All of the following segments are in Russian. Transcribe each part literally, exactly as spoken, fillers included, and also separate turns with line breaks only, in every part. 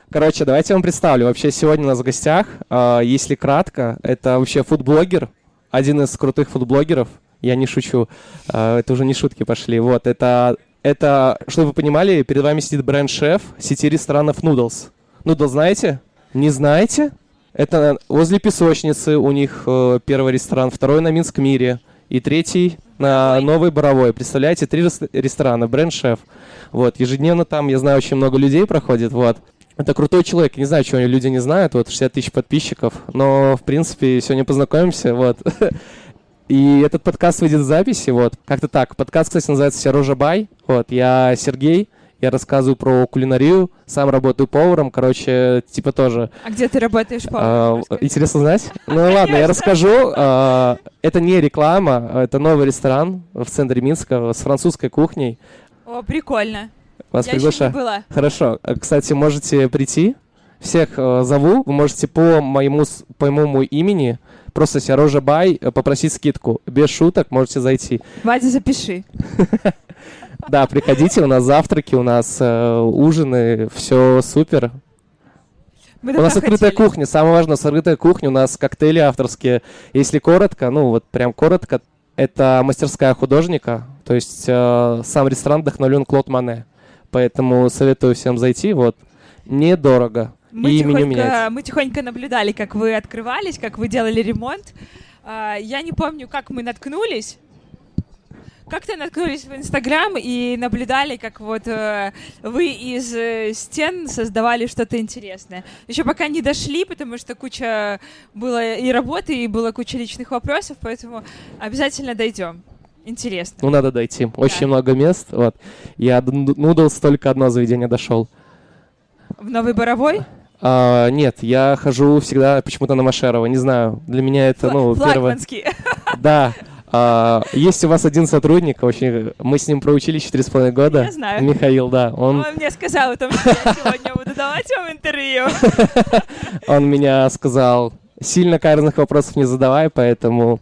Короче, давайте я вам представлю. Вообще сегодня у нас в гостях, э, если кратко, это вообще фудблогер, один из крутых фудблогеров. Я не шучу. Э, это уже не шутки пошли. Вот, это, это, чтобы вы понимали, перед вами сидит бренд-шеф сети ресторанов Noodles. Noodles знаете? Не знаете? Это возле песочницы у них э, первый ресторан, второй на Минск-Мире и третий на Новой Боровой. Представляете, три ресторана, бренд-шеф. Вот, ежедневно там, я знаю, очень много людей проходит, вот. Это крутой человек, не знаю, чего люди не знают, вот, шестьдесят тысяч подписчиков, но, в принципе, сегодня познакомимся, вот. И этот подкаст выйдет в записи, вот, как-то так. Подкаст, кстати, называется «Сережа Бай», вот, я Сергей, я рассказываю про кулинарию, сам работаю поваром, короче, типа тоже.
А где ты работаешь поваром?
А, интересно знать? Ну ладно, я расскажу. А, это не реклама, это новый ресторан в центре Минска с французской кухней.
О, прикольно.
Вас
я
приглашаю.
еще не была.
Хорошо. Кстати, можете прийти. Всех э, зову. Вы можете по моему, по моему имени, просто Сережа Бай, попросить скидку. Без шуток можете зайти.
Вадя, запиши.
Да, приходите, у нас завтраки, у нас э, ужины, все супер.
Мы
у нас открытая
хотели.
кухня, самое важное, открытая кухня, у нас коктейли авторские. Если коротко, ну вот прям коротко, это мастерская художника, то есть э, сам ресторан вдохновлен Клод Моне, поэтому советую всем зайти, вот, недорого.
Мы,
И меню
тихонько,
менять.
мы тихонько наблюдали, как вы открывались, как вы делали ремонт. А, я не помню, как мы наткнулись. Как-то наткнулись в Инстаграм и наблюдали, как вот э, вы из э, стен создавали что-то интересное. Еще пока не дошли, потому что куча было и работы, и было куча личных вопросов, поэтому обязательно дойдем. Интересно.
Ну, надо дойти. Очень
да.
много мест. Вот. Я до Noodles только одно заведение дошел.
В Новой Боровой?
А, нет, я хожу всегда почему-то на Машерова. Не знаю, для меня это,
Фла-
ну, первое...
Флагманский.
Да. А, есть у вас один сотрудник, очень, мы с ним проучились четыре с половиной года.
Я знаю.
Михаил, да. Он,
Он мне сказал о том, что я сегодня буду давать вам интервью.
он меня сказал, сильно каверзных вопросов не задавай, поэтому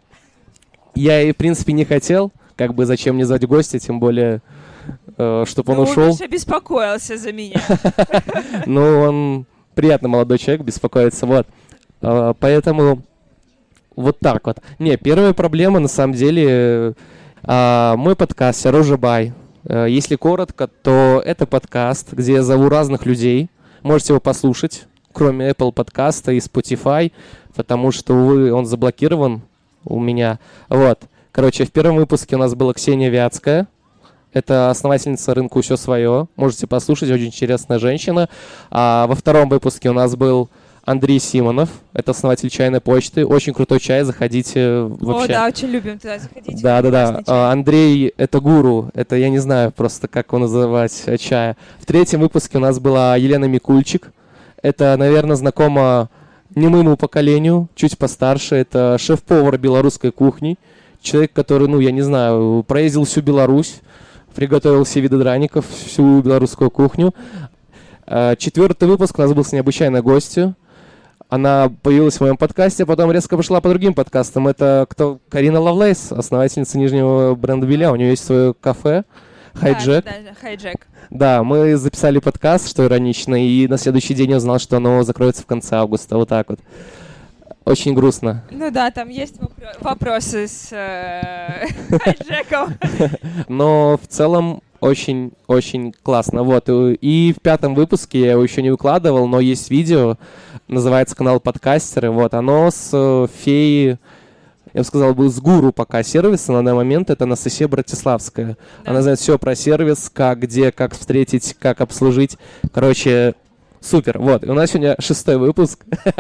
я и, в принципе, не хотел, как бы, зачем мне звать гостя, тем более, э, чтобы он
ну,
ушел.
Он уже беспокоился за меня.
Ну, он приятный молодой человек, беспокоится, вот. Поэтому... Вот так вот. Не, первая проблема, на самом деле, э, мой подкаст «Сережа Бай». Э, если коротко, то это подкаст, где я зову разных людей. Можете его послушать, кроме Apple подкаста и Spotify, потому что, увы, он заблокирован у меня. Вот. Короче, в первом выпуске у нас была Ксения Вятская. Это основательница рынка «Усё свое». Можете послушать, очень интересная женщина. А во втором выпуске у нас был... Андрей Симонов, это основатель чайной почты. Очень крутой чай, заходите вообще.
О, да, очень любим туда заходить.
Да, да, да. А, Андрей — это гуру, это я не знаю просто, как его называть, чая. В третьем выпуске у нас была Елена Микульчик. Это, наверное, знакома не моему поколению, чуть постарше. Это шеф-повар белорусской кухни. Человек, который, ну, я не знаю, проездил всю Беларусь, приготовил все виды драников, всю белорусскую кухню. А, четвертый выпуск у нас был с необычайной гостью. Она появилась в моем подкасте, а потом резко пошла по другим подкастам. Это кто? Карина Лавлейс, основательница нижнего бренда белья. У нее есть свое кафе «Хайджек».
Да, да, «Хайджек».
Да, мы записали подкаст, что иронично, и на следующий день я узнал, что оно закроется в конце августа. Вот так вот. Очень грустно.
Ну да, там есть вопро- вопросы с э, «Хайджеком».
Но в целом очень-очень классно. Вот. И в пятом выпуске, я его еще не выкладывал, но есть видео, называется канал «Подкастеры». Вот. Оно с феей, я бы сказал, был с гуру пока сервиса на данный момент. Это Анастасия Братиславская.
Да.
Она знает все про сервис, как, где, как встретить, как обслужить. Короче, супер. Вот. И у нас сегодня шестой выпуск.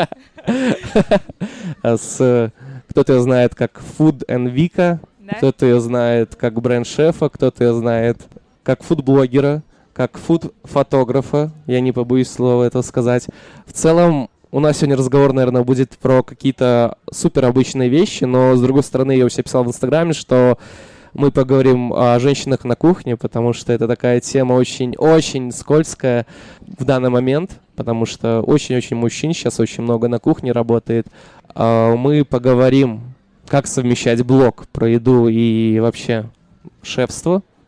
С... Кто-то ее знает как Food and Vika, кто-то ее знает как бренд-шефа, кто-то ее знает как фуд-блогера, как фуд-фотографа, я не побоюсь слова этого сказать. В целом, у нас сегодня разговор, наверное, будет про какие-то супер обычные вещи, но, с другой стороны, я у себя писал в Инстаграме, что мы поговорим о женщинах на кухне, потому что это такая тема очень-очень скользкая в данный момент, потому что очень-очень мужчин сейчас очень много на кухне работает. Мы поговорим, как совмещать блог про еду и вообще шефство.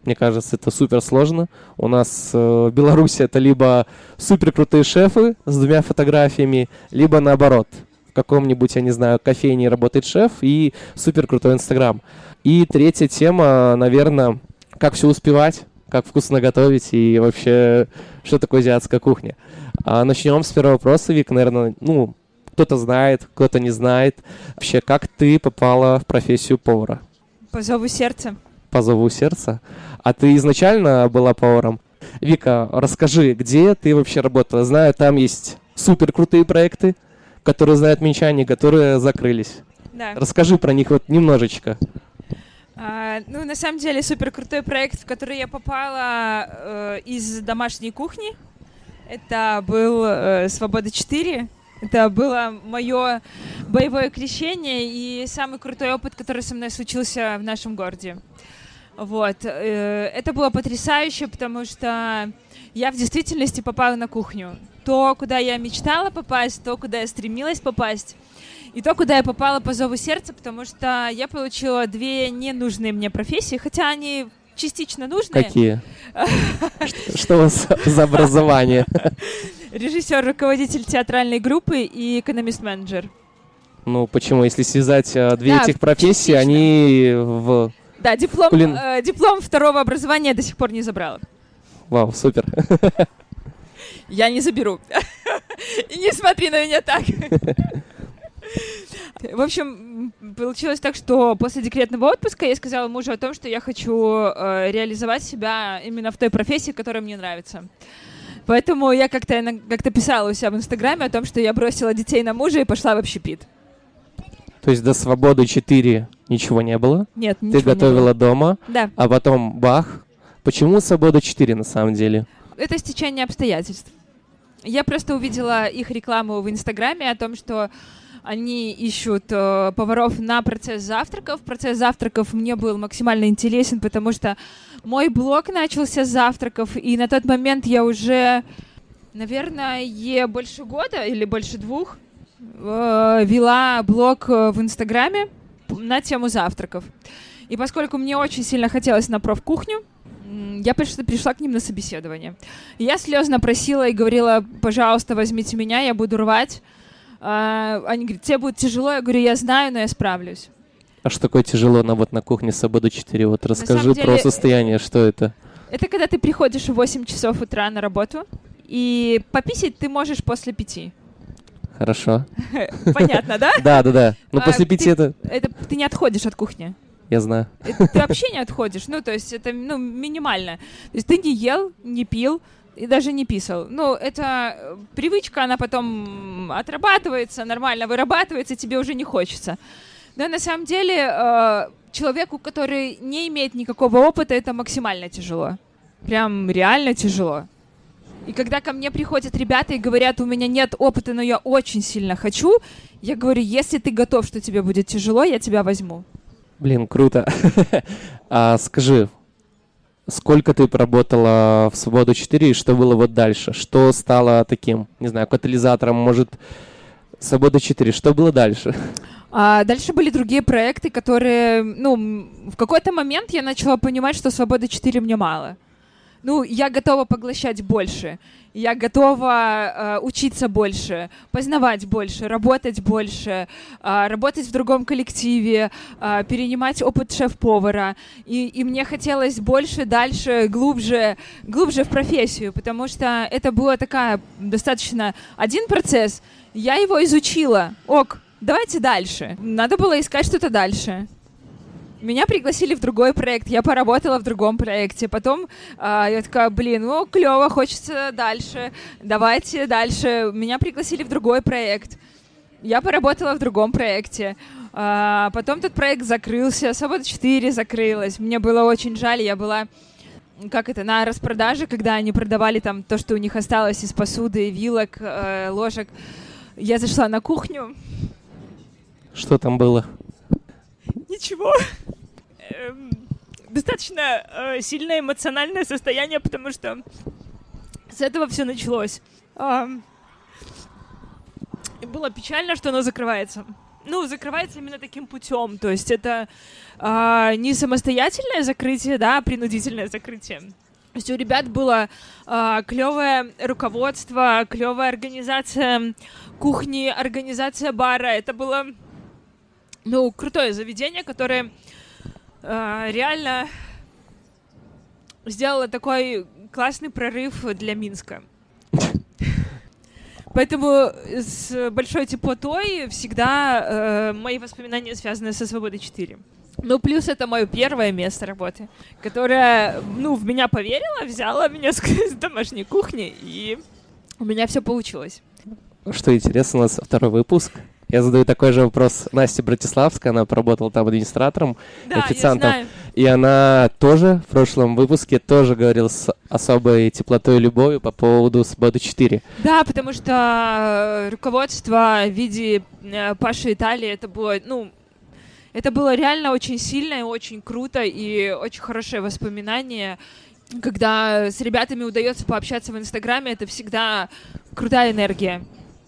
Мне кажется, это супер сложно. У нас э, в Беларуси это либо супер крутые шефы с двумя фотографиями, либо наоборот. В каком-нибудь, я не знаю, кофейне работает шеф и супер крутой Инстаграм. И третья тема, наверное, как все успевать, как вкусно готовить и вообще, что такое азиатская кухня. А начнем с первого вопроса, Вик, наверное, ну, кто-то знает, кто-то не знает. Вообще, как ты попала в профессию повара?
По зову сердца.
По зову сердца? А ты изначально была поваром? Вика, расскажи, где ты вообще работала? Знаю, там есть супер крутые проекты, которые знают минчане, которые закрылись.
Да.
Расскажи про них вот немножечко.
А, ну, на самом деле, супер крутой проект, в который я попала э, из домашней кухни. Это был э, «Свобода четыре». Это было мое боевое крещение и самый крутой опыт, который со мной случился в нашем городе. Вот. Это было потрясающе, потому что я в действительности попала на кухню. То, куда я мечтала попасть, то, куда я стремилась попасть, и то, куда я попала по зову сердца, потому что я получила две ненужные мне профессии, хотя они частично нужные.
Какие? Что у вас за образование?
Режиссер, руководитель театральной группы и экономист-менеджер.
Ну, почему? Если связать две
да,
этих профессии,
частично.
Они в...
Да, диплом,
Кулин...
э, диплом второго образования я до сих пор не забрала.
Вау, супер.
Я не заберу. И не смотри на меня так. В общем, получилось так, что после декретного отпуска я сказала мужу о том, что я хочу э, реализовать себя именно в той профессии, которая мне нравится. Поэтому я как-то, как-то писала у себя в Инстаграме о том, что я бросила детей на мужа и пошла в общепит.
То есть до «Свободы четыре» ничего не было?
Нет, ничего
Ты готовила
не было.
дома,
да.
А потом бах. Почему «Свобода четыре» на самом деле?
Это стечение обстоятельств. Я просто увидела их рекламу в Инстаграме о том, что они ищут э, поваров на процесс завтраков. Процесс завтраков мне был максимально интересен, потому что мой блог начался с завтраков, и на тот момент я уже, наверное, больше года или больше двух э, вела блог в Инстаграме на тему завтраков. И поскольку мне очень сильно хотелось на профкухню, я пришла, пришла к ним на собеседование. И я слезно просила и говорила: пожалуйста, возьмите меня, я буду рвать. Uh, они говорят: тебе будет тяжело. Я говорю: я знаю, но я справлюсь.
А что такое тяжело на, вот, на кухне «Свобода четыре»? Вот расскажи
деле,
про состояние, что это?
Это когда ты приходишь в восемь часов утра на работу, и пописать ты можешь после пяти.
Хорошо.
Понятно, да?
Да, да, да. Но после пяти это...
Это ты не отходишь от кухни.
Я знаю.
Ты вообще не отходишь. Ну, то есть это ну, минимально. То есть ты не ел, не пил, и даже не писал. Ну, это привычка, она потом отрабатывается, нормально вырабатывается, тебе уже не хочется. Но на самом деле э, человеку, который не имеет никакого опыта, это максимально тяжело. Прям реально тяжело. И когда ко мне приходят ребята и говорят: у меня нет опыта, но я очень сильно хочу, я говорю: если ты готов, что тебе будет тяжело, я тебя возьму.
Блин, круто. А скажи, сколько ты поработала в «Свободу четыре» и что было вот дальше? Что стало таким, не знаю, катализатором, может, «Свобода четыре»? Что было дальше?
А дальше были другие проекты, которые, ну, в какой-то момент я начала понимать, что «Свободы четыре» мне мало. Ну, я готова поглощать больше, я готова э, учиться больше, познавать больше, работать больше, э, работать в другом коллективе, э, перенимать опыт шеф-повара. И, и мне хотелось больше, дальше, глубже, глубже в профессию, потому что это была такая достаточно один процесс. Я его изучила. Ок, давайте дальше. Надо было искать что-то дальше. Меня пригласили в другой проект, я поработала в другом проекте. Потом э, я такая: блин, ну клево, хочется дальше, давайте дальше. Меня пригласили в другой проект. Я поработала в другом проекте. Э, потом тот проект закрылся, «Свобода четыре» закрылась. Мне было очень жаль, я была, как это, на распродаже, когда они продавали там то, что у них осталось из посуды, вилок, э, ложек. Я зашла на кухню.
Что там было?
Ничего. Эм, достаточно э, сильное эмоциональное состояние, потому что с этого все началось. Эм, было печально, что оно закрывается. ну, закрывается именно таким путем. То есть это э, не самостоятельное закрытие, да, а принудительное закрытие. То есть у ребят было э, клевое руководство, клевая организация кухни, организация бара. Это было, ну, крутое заведение, которое э, реально сделало такой классный прорыв для Минска. Поэтому с большой теплотой всегда э, мои воспоминания связаны со «Свободой четыре». Ну, плюс это мое первое место работы, которое, ну, в меня поверила, взяла меня с, с домашней кухни, и у меня все получилось.
Что интересно, у нас второй выпуск. Я задаю такой же вопрос Насте Братиславской, она поработала там администратором,
да,
официантом. И она тоже в прошлом выпуске тоже говорила с особой теплотой и любовью по поводу «Свободы четыре».
Да, потому что руководство в виде Паши Италии, это было, ну, это было реально очень сильно и очень круто, и очень хорошее воспоминание. Когда с ребятами удается пообщаться в Инстаграме, это всегда крутая энергия.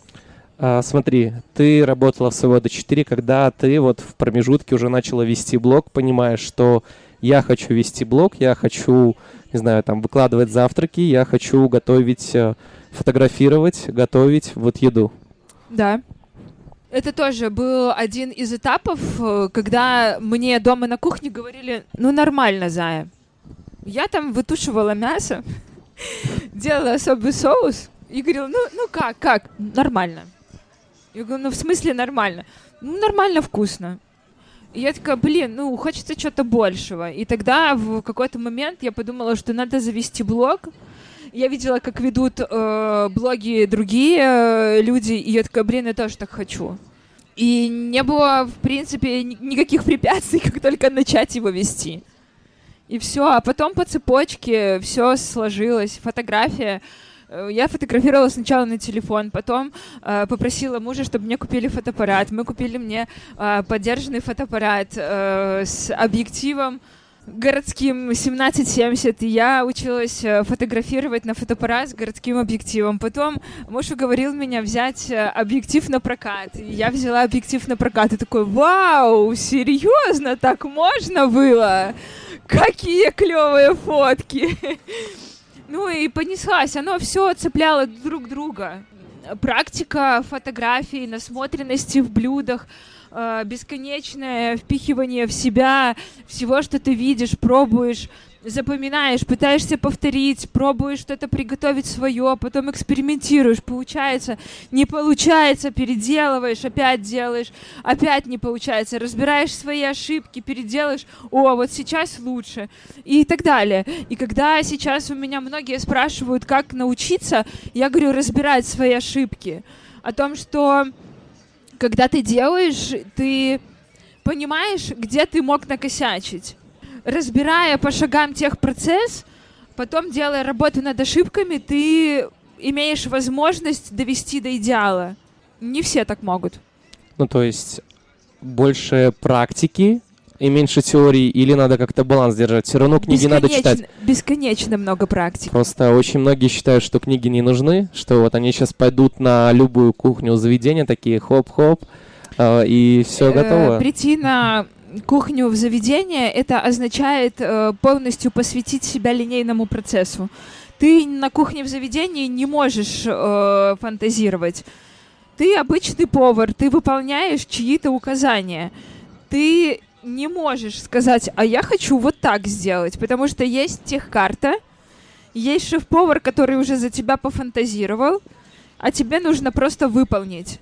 А, смотри, ты работала в «Свобода четыре», когда ты вот в промежутке уже начала вести блог, понимаешь, что я хочу вести блог, я хочу, не знаю, там, выкладывать завтраки, я хочу готовить, фотографировать, готовить вот еду.
Да. Это тоже был один из этапов, когда мне дома на кухне говорили: ну, нормально, Зая. Я там вытушивала мясо, делала особый соус и говорила: ну, ну как, как? Нормально. Я говорю: ну, в смысле нормально? Ну, нормально вкусно. И я такая: блин, ну, хочется чего-то большего. И тогда в какой-то момент я подумала, что надо завести блог. Я видела, как ведут э, блоги другие э, люди, и я такая: блин, я тоже так хочу. И не было, в принципе, ни- никаких препятствий, как только начать его вести. И все, а потом по цепочке все сложилось. Фотография. Я фотографировала сначала на телефон, потом э, попросила мужа, чтобы мне купили фотоаппарат. Мы купили мне э, подержанный фотоаппарат э, с объективом городским семнадцать семьдесят, и я училась фотографировать на фотоаппарат с городским объективом. Потом муж уговорил меня взять объектив на прокат. И я взяла объектив на прокат и такой: вау, серьезно, так можно было? Какие клевые фотки! Ну и понеслась, оно все цепляло друг друга. Практика фотографий, насмотренности в блюдах, э, бесконечное впихивание в себя всего, что ты видишь, пробуешь, запоминаешь, пытаешься повторить, пробуешь что-то приготовить свое, потом экспериментируешь, получается, не получается, переделываешь, опять делаешь, опять не получается, разбираешь свои ошибки, переделаешь, о, вот сейчас лучше, и так далее. И когда сейчас у меня многие спрашивают, как научиться, я говорю: разбирать свои ошибки, о том, что когда ты делаешь, ты понимаешь, где ты мог накосячить. Разбирая по шагам техпроцесс, потом делая работу над ошибками, ты имеешь возможность довести до идеала. Не все так могут.
Ну, то есть больше практики и меньше теории, или надо как-то баланс держать? Все равно книги надо читать.
Бесконечно много практик.
Просто очень многие считают, что книги не нужны, что вот они сейчас пойдут на любую кухню заведения, такие хоп-хоп, э, и все готово.
Э, прийти на кухню в заведение — это означает э, полностью посвятить себя линейному процессу. Ты на кухне в заведении не можешь э, фантазировать. Ты обычный повар, ты выполняешь чьи-то указания. Ты не можешь сказать: а я хочу вот так сделать, потому что есть техкарта, есть шеф-повар, который уже за тебя пофантазировал, а тебе нужно просто выполнить.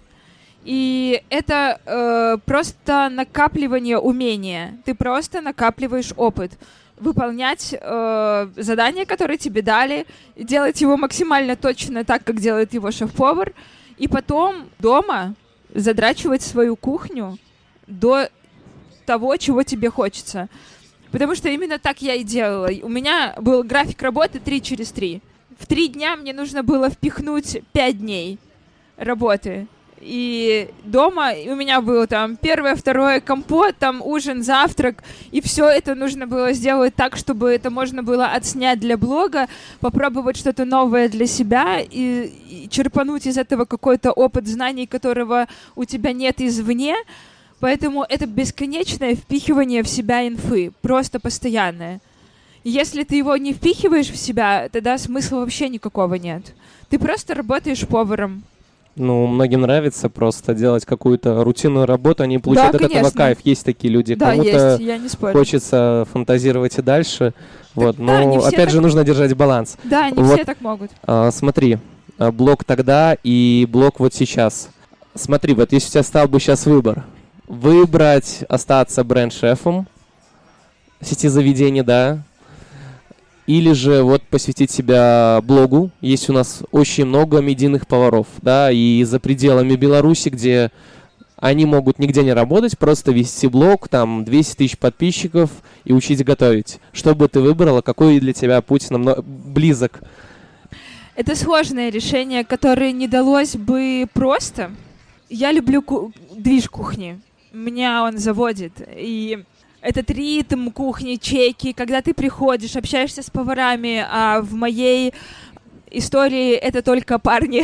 И это э, просто накапливание умения. Ты просто накапливаешь опыт. Выполнять э, задание, которое тебе дали, и делать его максимально точно так, как делает его шеф-повар, и потом дома задрачивать свою кухню до того, чего тебе хочется. Потому что именно так я и делала. У меня был график работы три через три. В три дня мне нужно было впихнуть пять дней работы. И дома у меня было там первое, второе, компот, там ужин, завтрак, и все это нужно было сделать так, чтобы это можно было отснять для блога, попробовать что-то новое для себя и, и черпануть из этого какой-то опыт знаний, которого у тебя нет извне. Поэтому это бесконечное впихивание в себя инфы, просто постоянное. Если ты его не впихиваешь в себя, тогда смысла вообще никакого нет. Ты просто работаешь поваром.
Ну, многим нравится просто делать какую-то рутинную работу, они получают
Да,
от этого
конечно.
кайф. Есть такие люди.
Да,
Кому-то
есть, я не спорю.
хочется фантазировать и дальше. Вот.
да, не
Но,
все
опять
так-
же, нужно держать баланс.
Да, не
Вот.
все так могут.
А, смотри, а, блог тогда и блог вот сейчас. Смотри, вот если у тебя стал бы сейчас выбор. Выбрать, остаться бренд-шефом сети заведений, да, или же вот посвятить себя блогу. Есть у нас очень много медийных поваров, да, и за пределами Беларуси, где они могут нигде не работать, просто вести блог, там двести тысяч подписчиков и учить готовить. Что бы ты выбрала, какой для тебя путь намного близок?
Это сложное решение, которое не далось бы просто. Я люблю ку- движ кухни. Меня он заводит. И этот ритм кухни, чеки, когда ты приходишь, общаешься с поварами, а в моей истории это только парни.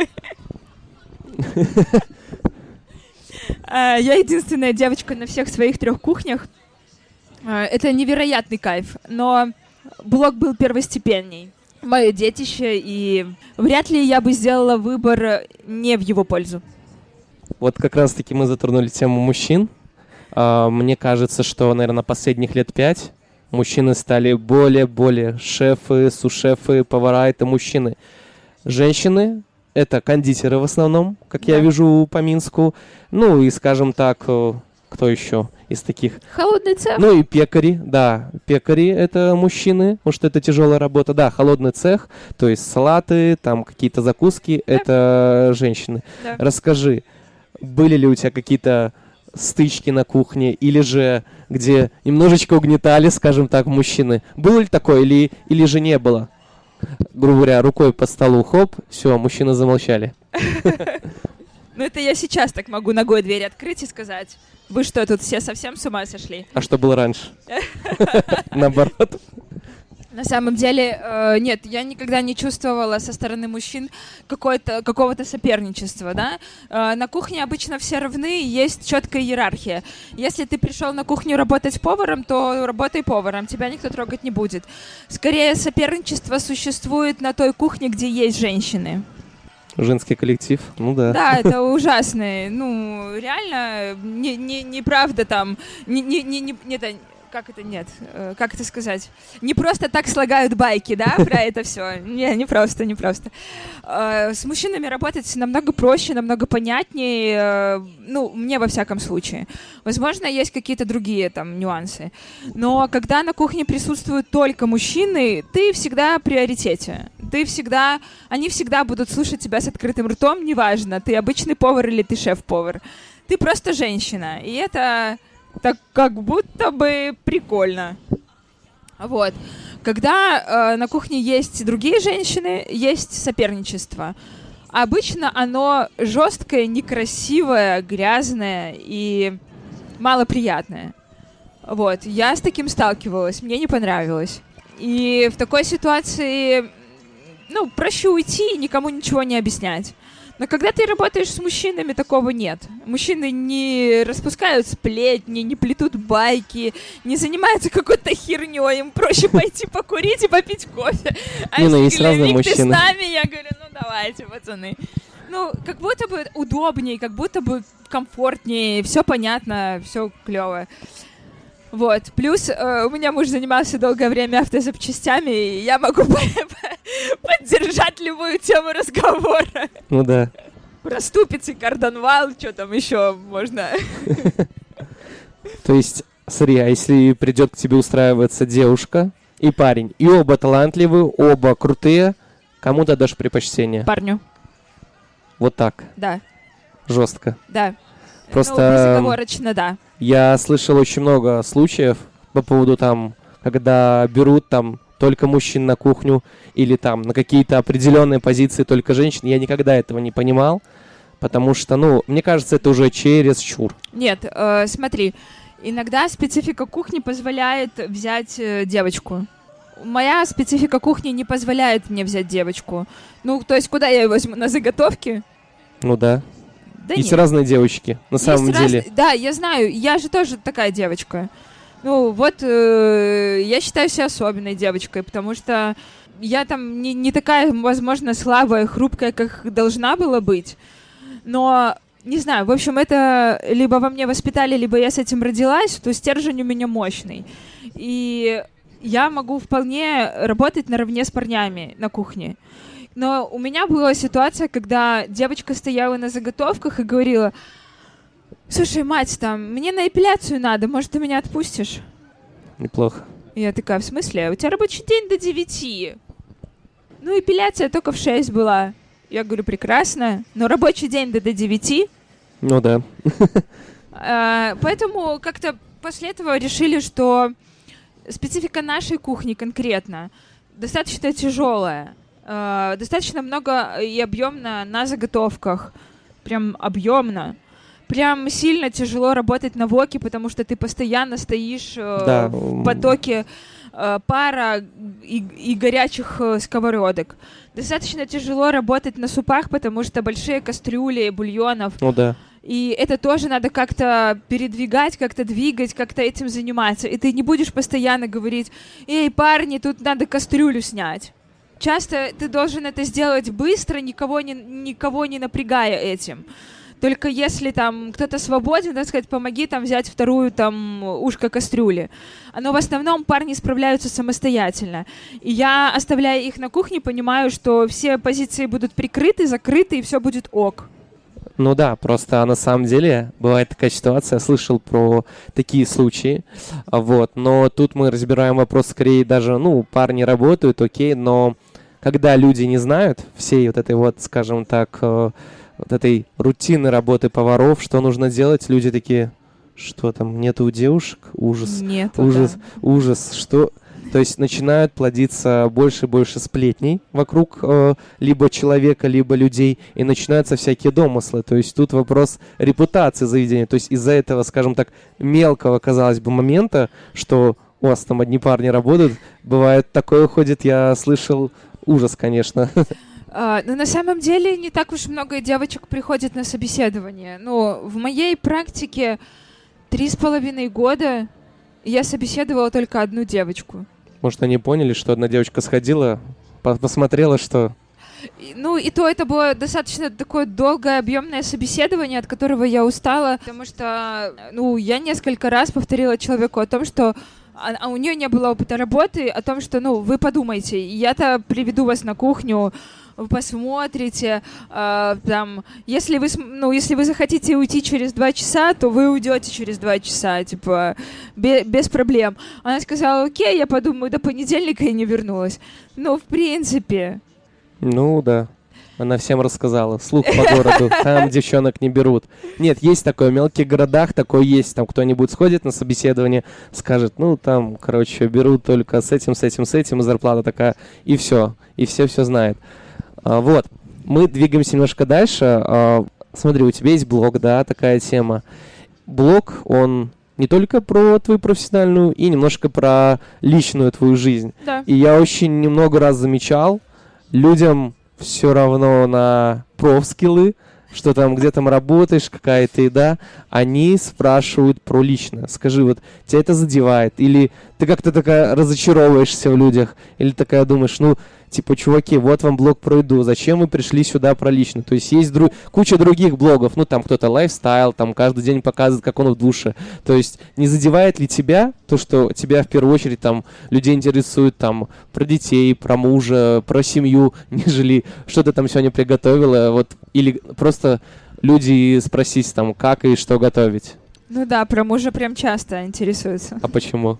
А, Я единственная девочка на всех своих трех кухнях. А, Это невероятный кайф, но блог был первостепенней. Мое детище, и вряд ли я бы сделала выбор не в его пользу.
Вот как раз-таки мы затронули тему мужчин. А, Мне кажется, что, наверное, последних лет пять мужчины стали более-более шефы, сушефы, повара — это мужчины. Женщины — это кондитеры в основном, как
Да.
я вижу по Минску. Ну и, скажем так, э, кто еще из таких?
Холодный цех.
Ну и пекари, да, пекари — это мужчины, потому что это тяжелая работа. Да, холодный цех, то есть салаты, там какие-то закуски,
Да.
это женщины.
Да.
Расскажи, были ли у тебя какие-то стычки на кухне, или же где немножечко угнетали, скажем так, мужчины? Было ли такое, или, или же не было? Грубо говоря, рукой по столу, хоп, все, мужчины замолчали.
Ну это я сейчас так могу ногой дверь открыть и сказать: вы что, тут все совсем с ума сошли?
А что было раньше? Наоборот.
На самом деле, э, нет, я никогда не чувствовала со стороны мужчин какое-то, какого-то соперничества, да. Э, на кухне обычно все равны, есть четкая иерархия. Если ты пришел на кухню работать поваром, то работай поваром, тебя никто трогать не будет. Скорее, соперничество существует на той кухне, где есть женщины.
Женский коллектив, ну да.
Да, это ужасно. Ну, реально, не, не, неправда там, не, не, не, не, не, да, как это нет, э, как это сказать? Не просто так слагают байки, да, про это все. Не, не просто, не просто. Э, С мужчинами работать намного проще, намного понятнее, э, ну, мне во всяком случае. Возможно, есть какие-то другие там нюансы. Но когда на кухне присутствуют только мужчины, ты всегда в приоритете. Ты всегда, они всегда будут слушать тебя с открытым ртом, неважно, ты обычный повар или ты шеф-повар. Ты просто женщина, и это так как будто бы прикольно. Вот. Когда э, на кухне есть другие женщины, есть соперничество. Обычно оно жесткое, некрасивое, грязное и малоприятное. Вот. Я с таким сталкивалась, мне не понравилось. И в такой ситуации, ну, проще уйти и никому ничего не объяснять. Но когда ты работаешь с мужчинами, такого нет. Мужчины не распускают сплетни, не плетут байки, не занимаются какой-то херней. Им проще пойти покурить и попить кофе. А
Не, ну,
если
есть разные
говорят, ты с
мужчины.
нами, я говорю, ну давайте, пацаны. Ну, как будто бы удобнее, как будто бы комфортнее, все понятно, все клево. Вот. Плюс э, у меня муж занимался долгое время автозапчастями, и я могу поддержать любую тему разговора.
Ну да.
Про ступицы, карданвал, что там еще можно.
То есть, смотри, а если придет к тебе устраиваться девушка и парень, и оба талантливые, оба крутые, кому ты дашь предпочтение?
Парню.
Вот так,
Да,
жестко.
да.
Просто
Ну, безоговорочно, да.
я слышал очень много случаев по поводу там, когда берут там только мужчин на кухню или там на какие-то определенные позиции только женщин. Я никогда этого не понимал. Потому что, ну, мне кажется, это уже чересчур.
Нет, э, смотри, иногда специфика кухни позволяет взять э, девочку. Моя специфика кухни не позволяет мне взять девочку. Ну, то есть, куда я ее возьму? На заготовки?
Ну да.
Да
Есть
нет.
разные девочки, на самом
Есть
деле.
раз... Да, я знаю, я же тоже такая девочка. Ну, вот э, я считаю себя особенной девочкой, потому что я там не, не такая, возможно, слабая, хрупкая, как должна была быть. Но, не знаю, в общем, это либо во мне воспитали, либо я с этим родилась, то стержень у меня мощный. И я могу вполне работать наравне с парнями на кухне. Но у меня была ситуация, когда девочка стояла на заготовках и говорила: слушай, мать, там, мне на эпиляцию надо, может, ты меня отпустишь?
Неплохо.
И я такая: в смысле? У тебя рабочий день до девяти. Ну, эпиляция только в шесть была. Я говорю: прекрасно, но рабочий день до, до девяти.
Ну да.
А, поэтому как-то после этого решили, что специфика нашей кухни конкретно достаточно тяжелая. А, достаточно много и объемно на заготовках. Прям объемно. Прям сильно тяжело работать на воке, потому что ты постоянно стоишь
Да.
в потоке пара и, и горячих сковородок. Достаточно тяжело работать на супах, потому что большие кастрюли бульонов.
Ну да.
И это тоже надо как-то передвигать, как-то двигать, как-то этим заниматься. И ты не будешь постоянно говорить: эй, парни, тут надо кастрюлю снять. Часто ты должен это сделать быстро, никого не, никого не напрягая этим. Только если там кто-то свободен, так сказать, помоги там взять вторую там ушко кастрюли. Но в основном парни справляются самостоятельно. И я, оставляя их на кухне, понимаю, что все позиции будут прикрыты, закрыты, и все будет ок.
Ну да, просто на самом деле бывает такая ситуация, я слышал про такие случаи, вот, но тут мы разбираем вопрос скорее даже, ну, парни работают, окей, но когда люди не знают всей вот этой вот, скажем так, вот этой рутины работы поваров, что нужно делать, люди такие: что там, нету у девушек? Ужас,
Нету,
ужас,
да.
ужас, что... То есть начинают плодиться больше и больше сплетней вокруг э, либо человека, либо людей, и начинаются всякие домыслы. То есть тут вопрос репутации заведения. То есть из-за этого, скажем так, мелкого, казалось бы, момента, что у вас там одни парни работают, бывает такое ходит, я слышал, ужас, конечно.
Uh, но на самом деле не так уж много девочек приходит на собеседование. Ну, в моей практике три с половиной года я собеседовала только одну девочку.
Может, они поняли, что одна девочка сходила, посмотрела, что...
И, ну, и то это было достаточно такое долгое, объемное собеседование, от которого я устала, потому что, ну, я несколько раз повторила человеку о том, что а, а у нее не было опыта работы, о том, что, ну, вы подумайте, я-то приведу вас на кухню, вы посмотрите, э, там, если вы, ну, если вы захотите уйти через два часа, то вы уйдете через два часа, типа, без, без проблем. Она сказала: окей, я подумаю, до понедельника и не вернулась. Ну, в принципе.
Ну, да. Она всем рассказала. Слух по городу. Там девчонок не берут. Нет, есть такое. В мелких городах такое есть. Там кто-нибудь сходит на собеседование, скажет: ну, там, короче, берут только с этим, с этим, с этим, и зарплата такая. И все. И все все знают. А, вот. Мы двигаемся немножко дальше. А, смотри, у тебя есть блог, да, такая тема. Блог, он не только про твою профессиональную, и немножко про личную твою жизнь.
Да.
И я очень немного раз замечал, людям все равно на профскиллы, что там, где там работаешь, какая-то еда, они спрашивают про личное. Скажи, вот тебя это задевает? Или ты как-то такая разочаровываешься в людях? Или такая думаешь: ну, типа, чуваки, вот вам блог про еду, зачем вы пришли сюда про личное? То есть есть дру... куча других блогов, ну, там кто-то лайфстайл, там каждый день показывает, как он в душе. То есть не задевает ли тебя то, что тебя в первую очередь там людей интересует там про детей, про мужа, про семью, нежели что ты там сегодня приготовила, вот, или просто люди спросить там, как и что готовить?
Ну да, про мужа прям часто интересуются.
А почему?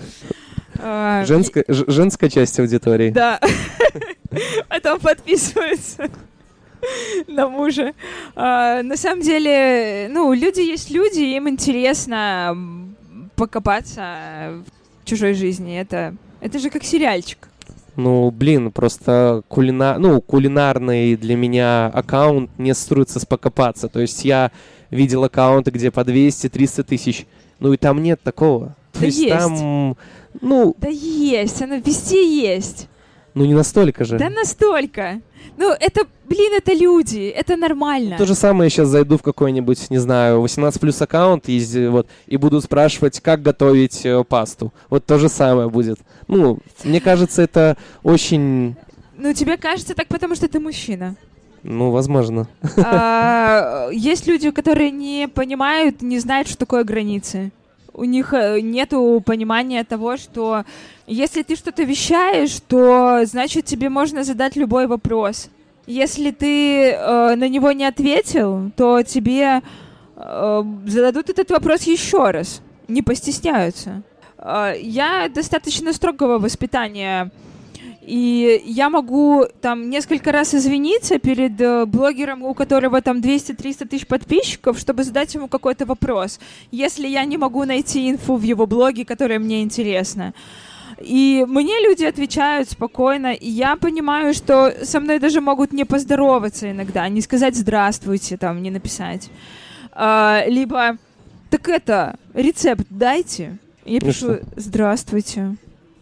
А,
Женская, ж- женская часть аудитории.
Да. Потом подписываются на мужа. А, на самом деле, ну, люди есть люди, им интересно покопаться в чужой жизни. Это, это же как сериальчик.
Ну, блин, просто кулина... ну, кулинарный для меня аккаунт не строится покопаться. То есть я видел аккаунты, где по двести-триста тысяч. Ну и там нет такого. То
Да
есть,
есть.
там, ну,
Да есть, оно везде есть.
ну не настолько же.
Да настолько. Ну, это, блин, это люди, это нормально.
То же самое, я сейчас зайду в какой-нибудь, не знаю, восемнадцать плюс аккаунт есть, вот, и буду спрашивать, как готовить э, пасту. Вот то же самое будет. Ну, мне кажется, это очень,
Ну, тебе кажется так, потому что ты мужчина.
ну, возможно.
А, есть люди, которые не понимают, не знают, что такое границы. У них э, нету понимания того, что если ты что-то вещаешь, то значит тебе можно задать любой вопрос. Если ты э, на него не ответил, то тебе э, зададут этот вопрос еще раз. Не постесняются. Э, я достаточно строгого воспитания. И я могу там несколько раз извиниться перед э, блогером, у которого там двести-триста тысяч подписчиков, чтобы задать ему какой-то вопрос, если я не могу найти инфу в его блоге, которая мне интересна. И мне люди отвечают спокойно, и я понимаю, что со мной даже могут не поздороваться иногда, не сказать «здравствуйте», там, не написать. А, либо «так это, рецепт дайте». Я
Ну
пишу
что?
«здравствуйте».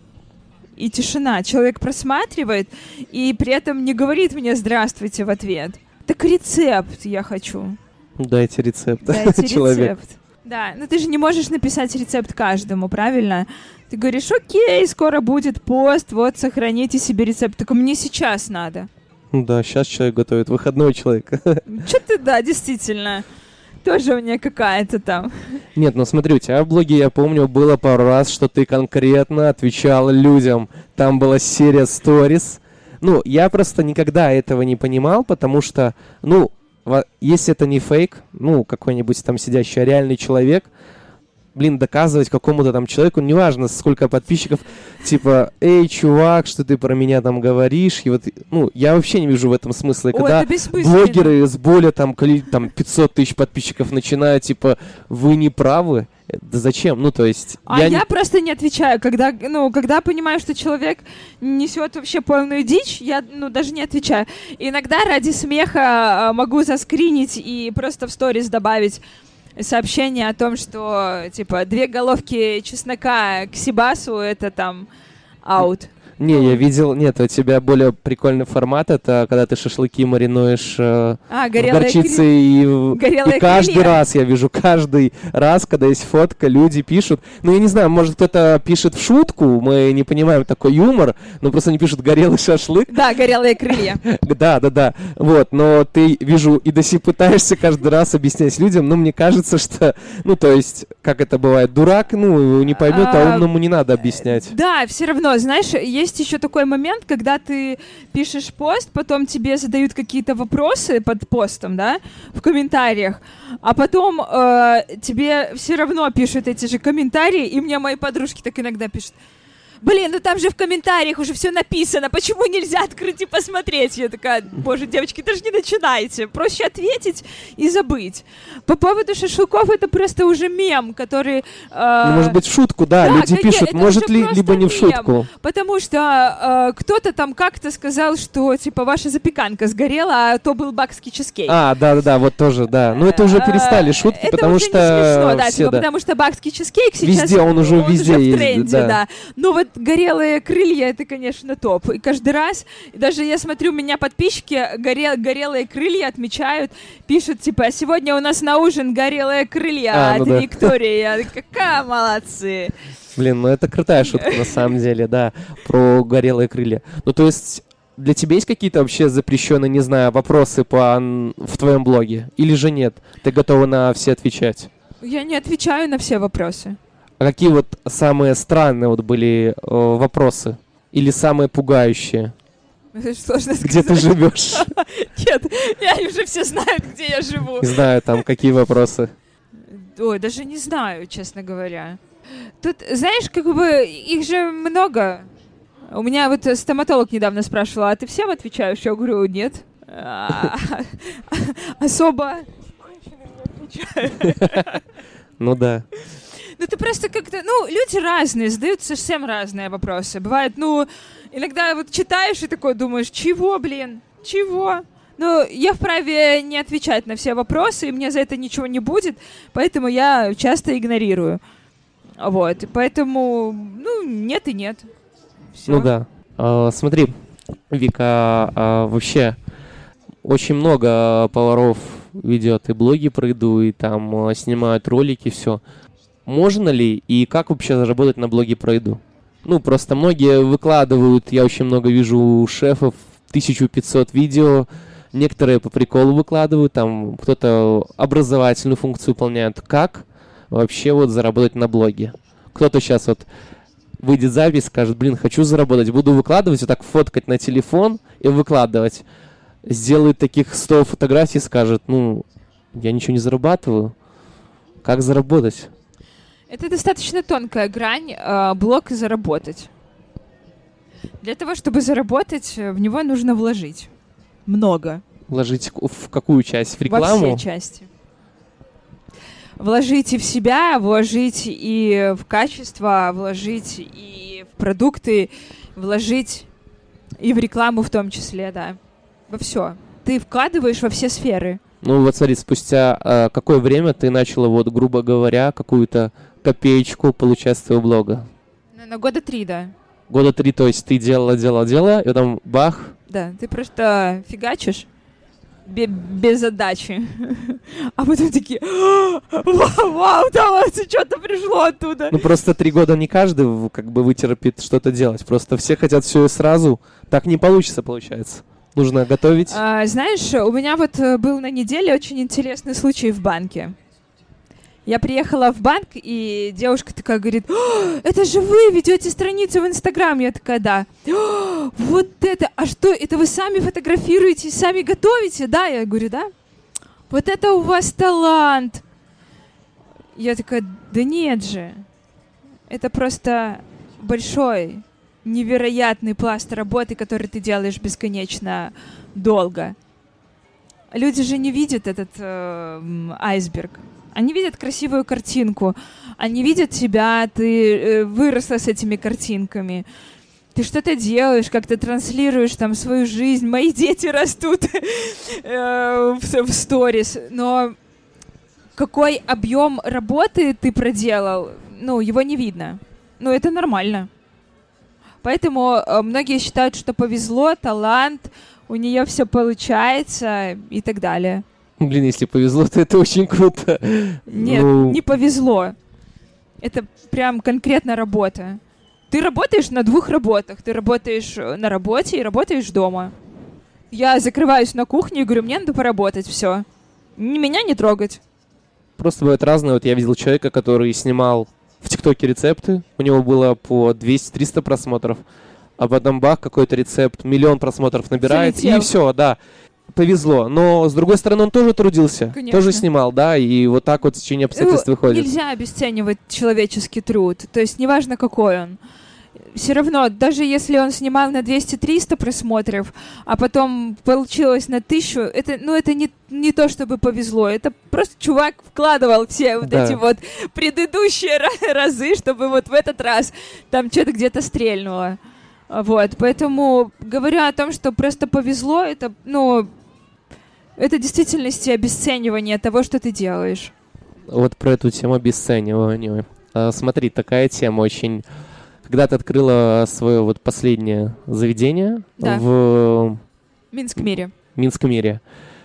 И тишина. Человек просматривает и при этом не говорит мне «здравствуйте» в ответ. Так рецепт я хочу.
Дайте рецепт.
Дайте
Человек.
рецепт. Да, но ты же не можешь написать рецепт каждому, правильно? Ты говоришь, окей, скоро будет пост, вот, сохраните себе рецепт. Только мне сейчас надо.
Ну да, сейчас человек готовит, выходной человек.
Что ты, да, действительно. Тоже у меня какая-то там.
Нет, ну смотри, у тебя в блоге, я помню, было пару раз, что ты конкретно отвечал людям. Там была серия сторис. Ну, я просто никогда этого не понимал, потому что, ну, во- если это не фейк, ну, какой-нибудь там сидящий, а реальный человек, блин, доказывать какому-то там человеку, неважно, сколько подписчиков, типа, эй, чувак, что ты про меня там говоришь, и вот, ну, я вообще не вижу в этом смысла. И
Ой,
когда
это бессмысленно.
блогеры с более там, коли- там пятьсот тысяч подписчиков начинают, типа, вы не правы, э, да зачем? Ну, то есть...
А я,
не-
просто не отвечаю. Когда, ну, когда понимаю, что человек несет вообще полную дичь, я, ну, даже не отвечаю. Иногда ради смеха а, могу заскринить и просто в сторис добавить сообщение о том, что, типа, две головки чеснока к Сибасу — это там аут.
Не, я видел, нет, у тебя более прикольный формат, это когда ты шашлыки маринуешь э,
А,
в
горелые
горчице,
крылья.
и, в-
Горелые
и каждый
крылья.
раз, я вижу, каждый раз, когда есть фотка, люди пишут, ну, я не знаю, может, кто-то пишет в шутку, мы не понимаем такой юмор, но просто они пишут «горелый шашлык».
Да, горелые крылья.
Да, да, да, вот, но ты, вижу, и до сих пытаешься каждый раз объяснять людям, но мне кажется, что, ну, то есть, как это бывает, дурак, ну, не поймет, а
А,
умному не надо объяснять.
Да, все равно, знаешь, есть еще такой момент, когда ты пишешь пост, потом тебе задают какие-то вопросы под постом, да, в комментариях, а потом э, тебе все равно пишут эти же комментарии, и мне мои подружки так иногда пишут: блин, ну там же в комментариях уже все написано, почему нельзя открыть и посмотреть? Я такая, боже, девочки, даже не начинайте, проще ответить и забыть. По поводу шашлыков, это просто уже мем, который... э,
Ну, может быть, в шутку, да,
да,
люди
конечно,
пишут,
это
может
уже
ли,
просто
либо не в
мем.
шутку.
Потому что э, кто-то там как-то сказал, что, типа, ваша запеканка сгорела, а то был бакский чизкейк.
А, да-да-да, вот тоже, да. Ну, это уже перестали
Э,
шутки,
это
потому
уже
что
не смешно, да,
все,
типа,
да.
потому что бакский чизкейк сейчас...
Везде, он уже везде
в
есть,
тренде,
да.
да. Но вот горелые крылья — это, конечно, топ. И каждый раз, даже я смотрю, у меня подписчики горе- горелые крылья отмечают, пишут, типа, сегодня у нас на ужин горелые крылья
А,
от
ну да.
Виктории. Я такая, какая молодцы.
Блин, ну это крутая шутка на самом деле, да, про горелые крылья. Ну, то есть, для тебя есть какие-то вообще запрещенные, не знаю, вопросы по, н- в твоем блоге? Или же нет? Ты готова на все отвечать?
Я не отвечаю на все вопросы.
А какие вот самые странные вот были э, вопросы? Или самые пугающие?
Это сложно сказать.
Где ты живешь?
Нет, они уже все знают, где я живу.
Не знаю, там какие вопросы.
Ой, даже не знаю, честно говоря. Тут, знаешь, как бы их же много. У меня вот стоматолог недавно спрашивала, а ты всем отвечаешь? Я говорю, нет. А, Особо.
Ну да.
Ну, ты просто как-то... Ну, люди разные, задают совсем разные вопросы. Бывает, ну, иногда вот читаешь и такой думаешь, чего, блин, чего? Ну, я вправе не отвечать на все вопросы, и мне за это ничего не будет, поэтому я часто игнорирую. Вот, поэтому, ну, нет и нет. Всё.
Ну да. А, смотри, Вика, а, вообще очень много поваров ведет и блоги про еду, и там а, снимают ролики, все. Можно ли и как вообще заработать на блоге про еду? Ну, просто многие выкладывают, я очень много вижу шефов, тысяча пятьсот видео, некоторые по приколу выкладывают, там кто-то образовательную функцию выполняет. Как вообще вот заработать на блоге? Кто-то сейчас вот выйдет запись, скажет, блин, хочу заработать, буду выкладывать, вот так фоткать на телефон и выкладывать. Сделает таких сто фотографий, скажет, ну, я ничего не зарабатываю. Как заработать?
Это достаточно тонкая грань, э, блог и заработать. Для того, чтобы заработать, в него нужно вложить. Много.
Вложить в какую часть? В рекламу?
Во все части. Вложить и в себя, вложить и в качество, вложить и в продукты, вложить и в рекламу в том числе, да. Во все. Ты вкладываешь во все сферы.
Ну вот смотри, спустя э, какое время ты начала, вот, грубо говоря, какую-то копеечку получать с твоего блога?
На года три, да.
Года три, то есть ты делала, делала, делала, и потом бах.
Да, ты просто фигачишь бе- без задачи. А потом такие, вау, вау, там что-то пришло оттуда.
Ну просто три года не каждый в- как бы вытерпит что-то делать. Просто все хотят все и сразу. Так не получится, получается. Нужно готовить.
А, знаешь, у меня вот э, был на неделе очень интересный случай в банке. Я приехала в банк, и девушка такая говорит, «О, это же вы ведете страницу в Инстаграм». Я такая, да. «О, вот это, а что, это вы сами фотографируете, сами готовите, да? Я говорю, да. Вот это у вас талант. Я такая, да нет же. Это просто большой, невероятный пласт работы, который ты делаешь бесконечно долго. Люди же не видят этот э, м, айсберг. Они видят красивую картинку, они видят тебя, ты э, выросла с этими картинками, ты что-то делаешь, как ты транслируешь там свою жизнь, мои дети растут э, в, в сторис, но какой объем работы ты проделал, ну, его не видно, ну, это нормально. Поэтому э, многие считают, что повезло, талант, у нее все получается и так далее.
Блин, если повезло, то это очень круто.
Нет,
Ну,
не повезло. Это прям конкретно работа. Ты работаешь на двух работах. Ты работаешь на работе и работаешь дома. Я закрываюсь на кухне и говорю, мне надо поработать, все. Меня не трогать.
Просто бывает разное. Вот я видел человека, который снимал в ТикТоке рецепты. У него было по двести-триста просмотров. А потом бах, какой-то рецепт, миллион просмотров набирает.
Залетел.
И все, да. Повезло. Но, с другой стороны, он тоже трудился.
Конечно.
Тоже снимал, да. И вот так вот в течение обстоятельств
Ну,
выходит.
Нельзя обесценивать человеческий труд. То есть неважно, какой он. Все равно, даже если он снимал на двести-триста просмотров, а потом получилось на тысячу, это, ну, это не, не то, чтобы повезло. Это просто чувак вкладывал все вот
Да.
эти вот предыдущие ра- разы, чтобы вот в этот раз там что-то где-то стрельнуло. Вот, поэтому говоря о том, что просто повезло, это, ну, это в действительности обесценивание того, что ты делаешь.
Вот про эту тему обесценивания. А, смотри, такая тема очень... Когда ты открыла свое вот последнее заведение
Да.
в
Минск мире.
Минском мире,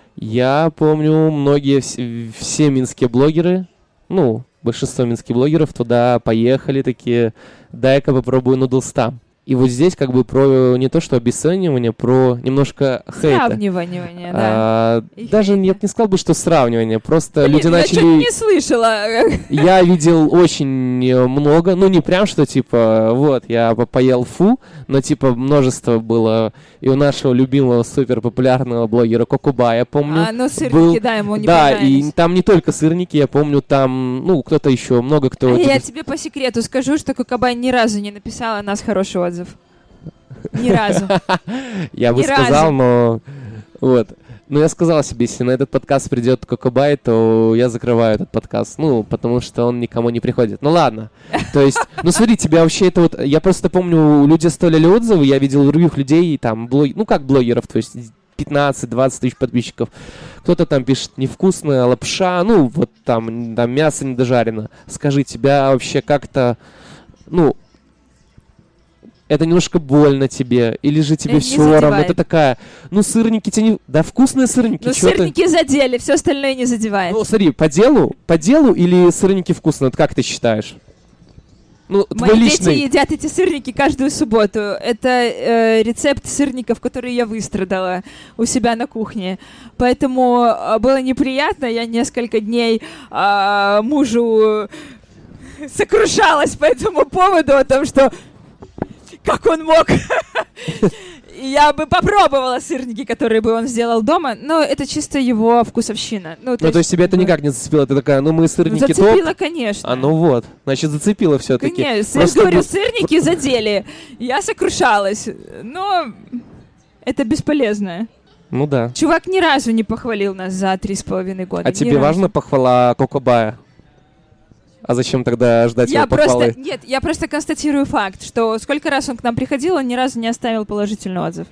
я помню, многие, вс- все минские блогеры, ну, большинство минских блогеров туда поехали такие, дай-ка попробую нудлс там. И вот здесь как бы про не то что обесценивание, про немножко хейта.
Сравнивание, да.
А,
И
даже
хейта.
я бы не сказал бы, что сравнивание, просто
Блин,
люди
я
начали...
чуть не слышала.
Я видел очень э, много, ну не прям что типа, вот, я по- поел фу, но типа множество было и у нашего любимого супер популярного блогера Кокуба, я помню.
А, ну сырники,
был-
да, ему не
Да, и
понравились.
там не только сырники, я помню, там, ну, кто-то еще, много кто.
А
типа,
я тебе по секрету скажу, что Кокобай ни разу не написала о нас хороший отзыв. Ни разу.
Я бы
Ни
сказал,
разу.
но вот. Ну, я сказал себе, если на этот подкаст придет Кокобай, то я закрываю этот подкаст. Ну, потому что он никому не приходит. Ну, ладно. То есть, ну, смотри, тебя вообще это вот... Я просто помню, люди оставляли отзывы, я видел в других людей, там, блог... ну, как блогеров, то есть пятнадцать-двадцать тысяч подписчиков. Кто-то там пишет невкусная лапша, ну, вот там, там мясо недожарено. Скажи, тебя вообще как-то, ну... Это немножко больно тебе, или же тебе все равно, это такая, ну, сырники тебе не... Да, вкусные сырники.
Ну, сырники задели, все остальное не задевает.
Ну, смотри, по делу, по делу или сырники вкусные, вот как ты считаешь? Ну,
Мои
личный...
дети едят эти сырники каждую субботу. Это э, рецепт сырников, которые я выстрадала у себя на кухне. Поэтому э, было неприятно, я несколько дней э, мужу сокрушалась по этому поводу, о том, что как он мог? Я бы попробовала сырники, которые бы он сделал дома, но это чисто его вкусовщина. Ну, то,
ну, есть, то есть тебя это никак не зацепило? Ты такая, ну мы сырники топ.
Зацепило, конечно.
А ну вот, значит, зацепило все-таки.
Конечно, я говорю, сырники задели. Я сокрушалась, но это бесполезно.
Ну да.
Чувак ни разу не похвалил нас за три с половиной года.
А тебе важна похвала Кокобая? А зачем тогда ждать
я
его похвалы?
Просто, нет, я просто констатирую факт, что сколько раз он к нам приходил, он ни разу не оставил положительный отзыв.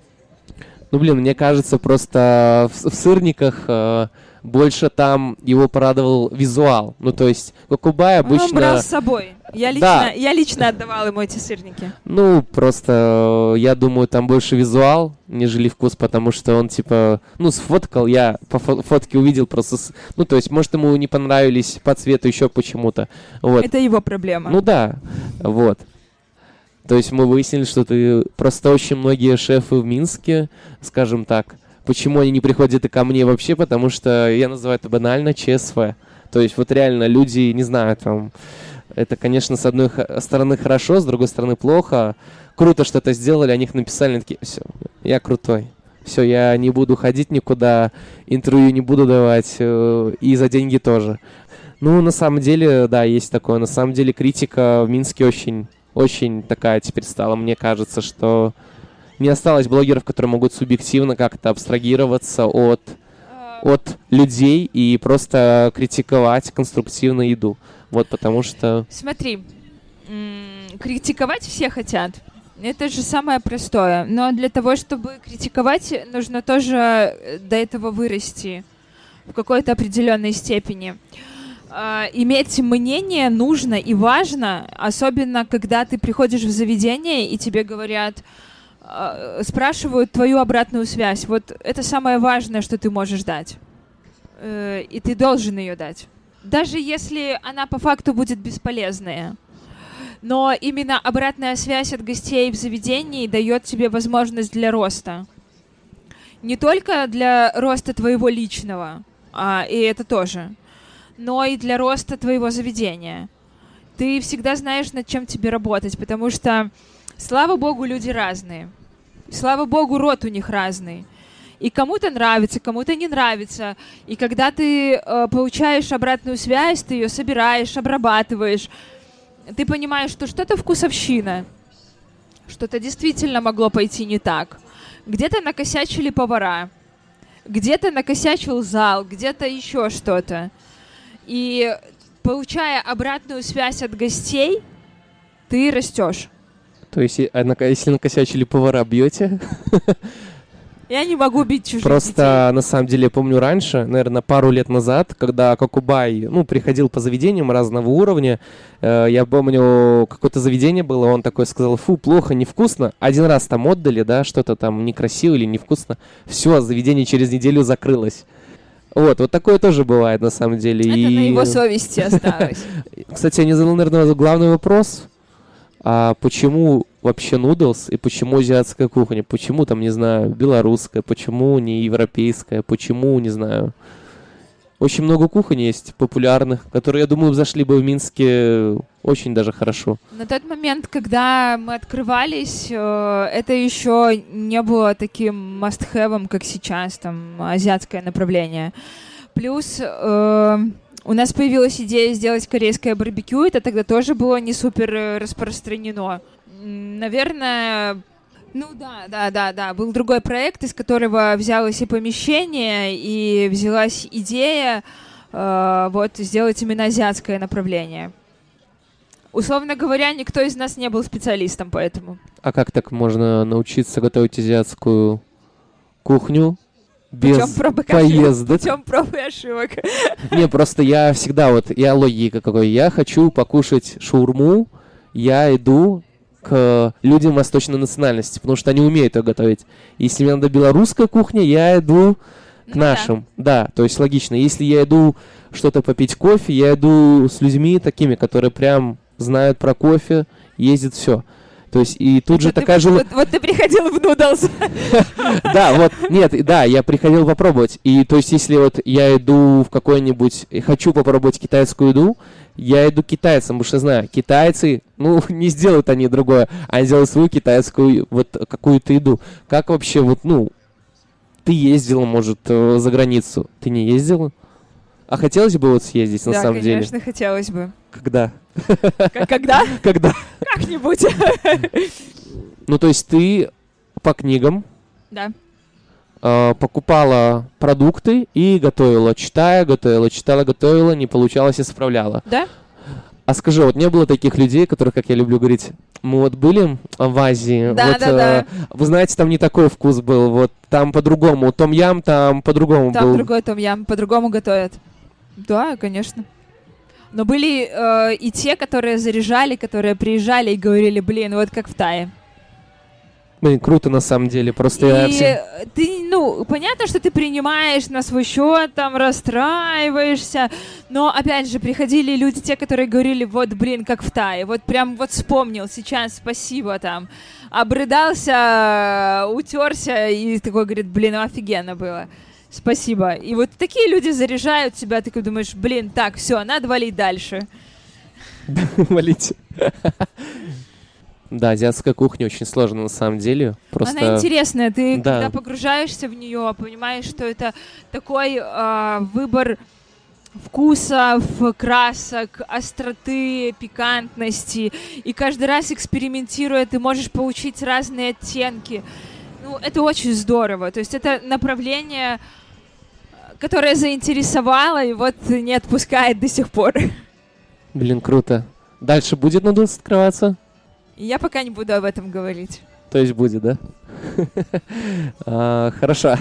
Ну, блин, мне кажется, просто в, в сырниках э, больше там его порадовал визуал. Ну, то есть Кокобай обычно...
Он брал с собой. Я лично,
да.
я лично отдавал ему эти сырники.
Ну, просто, я думаю, там больше визуал, нежели вкус, потому что он, типа, ну, сфоткал, я по фо- фотке увидел просто, с... ну, то есть, может, ему не понравились по цвету еще почему-то, вот.
Это его проблема.
Ну, да, вот. То есть, мы выяснили, что ты, просто очень многие шефы в Минске, скажем так, почему они не приходят и ко мне вообще, потому что я называю это банально ЧСВ. То есть, вот реально люди, не знаю, там... Это, конечно, с одной х- стороны хорошо, с другой стороны плохо. Круто что-то сделали, о них написали, они такие, все, я крутой. Все, я не буду ходить никуда, интервью не буду давать, э, и за деньги тоже. Ну, на самом деле, да, есть такое. На самом деле критика в Минске очень, очень такая теперь стала. Мне кажется, что не осталось блогеров, которые могут субъективно как-то абстрагироваться от, от людей и просто критиковать конструктивно еду. Вот потому что...
Смотри, м- критиковать все хотят. Это же самое простое. Но для того, чтобы критиковать, нужно тоже до этого вырасти в какой-то определенной степени. Э, иметь мнение нужно и важно, особенно когда ты приходишь в заведение и тебе говорят, э, спрашивают твою обратную связь. Вот это самое важное, что ты можешь дать. Э, и ты должен ее дать. Даже если она по факту будет бесполезная. Но именно обратная связь от гостей в заведении дает тебе возможность для роста. Не только для роста твоего личного, а, и это тоже, но и для роста твоего заведения. Ты всегда знаешь, над чем тебе работать, потому что, слава богу, люди разные. Слава богу, род у них разный. И кому-то нравится, кому-то не нравится. И когда ты э, получаешь обратную связь, ты ее собираешь, обрабатываешь, ты понимаешь, что что-то вкусовщина, что-то действительно могло пойти не так. Где-то накосячили повара, где-то накосячил зал, где-то еще что-то. И получая обратную связь от гостей, ты растешь. То есть,
если накосячили повара, бьете?
Я не могу бить чужих
Просто,
детей.
На самом деле, я помню раньше, наверное, пару лет назад, когда Кокобай, ну, приходил по заведениям разного уровня, э, я помню, какое-то заведение было, он такой сказал, фу, плохо, невкусно. Один раз там отдали, да, что-то там некрасиво или невкусно. Все, заведение через неделю закрылось. Вот, вот такое тоже бывает, на самом деле.
Это
и...
на его совести осталось.
Кстати, я не задал, наверное, главный вопрос. А почему вообще нудлс и почему азиатская кухня? Почему там, не знаю, белорусская, почему не европейская, почему, не знаю. Очень много кухонь есть популярных, которые, я думаю, зашли бы в Минске очень даже хорошо.
На тот момент, когда мы открывались, это еще не было таким must-have, как сейчас, там, азиатское направление. Плюс... У нас появилась идея сделать корейское барбекю, это тогда тоже было не супер распространено. Наверное, Ну да, да, да, да. Был другой проект, из которого взялось и помещение, и взялась идея э, вот сделать именно азиатское направление. Условно говоря, никто из нас не был специалистом по этому.
А как так можно научиться готовить азиатскую кухню без
Путем проб и
поездок?
Путем проб и ошибок.
Не, просто я всегда вот, я логика какой, я хочу покушать шаурму, я иду к людям восточной национальности, потому что они умеют ее готовить. Если мне надо белорусская кухня, я иду к
Ну
нашим. Да. да, то есть логично. Если я иду что-то попить кофе, я иду с людьми такими, которые прям знают про кофе, ездят все. То есть и тут
Это
же
ты-
такая же...
Вот, вот ты приходил в Noodles.
Да, вот, нет, да, я приходил попробовать. И то есть, если вот я иду в какой-нибудь, и хочу попробовать китайскую еду, я иду к китайцам, потому что знаю, китайцы, ну, не сделают они другое, а сделают свою китайскую вот какую-то еду. Как вообще, вот, ну, ты ездила, может, э, за границу? Ты не ездила? А хотелось бы вот съездить, на
Да,
самом деле?
конечно, хотелось бы.
Когда?
Как- Когда?
Когда?
Как-нибудь.
Ну, то есть ты по книгам
Да.
э, покупала продукты и готовила, читая, готовила, читала, готовила, не получалось, исправляла.
Да?
А скажи, вот не было таких людей, которых, как я люблю говорить, мы вот были в Азии,
Да,
вот,
да, да.
вы знаете, там не такой вкус был, вот там по-другому, том-ям там по-другому
Там
был.
другой том-ям, по-другому готовят. Да, конечно. Но были э, и те, которые заряжали, которые приезжали и говорили, блин, вот как в Тае.
Блин, круто на самом деле, просто я
И
все...
ты, ну, понятно, что ты принимаешь на свой счет, там, расстраиваешься, но, опять же, приходили люди, те, которые говорили, вот, блин, как в Тае, вот прям вот вспомнил сейчас, спасибо, там, обрыдался, утерся и такой говорит, блин, ну, офигенно было, спасибо. И вот такие люди заряжают тебя, ты думаешь, блин, так, все, надо валить дальше.
Валите. Да, азиатская кухня очень сложная на самом деле. Просто...
Она интересная, ты
Да.
когда погружаешься в нее, понимаешь, что это такой э, выбор вкусов, красок, остроты, пикантности, и каждый раз экспериментируя, ты можешь получить разные оттенки. Ну, это очень здорово. То есть это направление, которое заинтересовало и вот не отпускает до сих пор.
Блин, круто. Дальше будет Noodles открываться?
Я пока не буду об этом говорить.
То есть будет, да? А, Хорошо.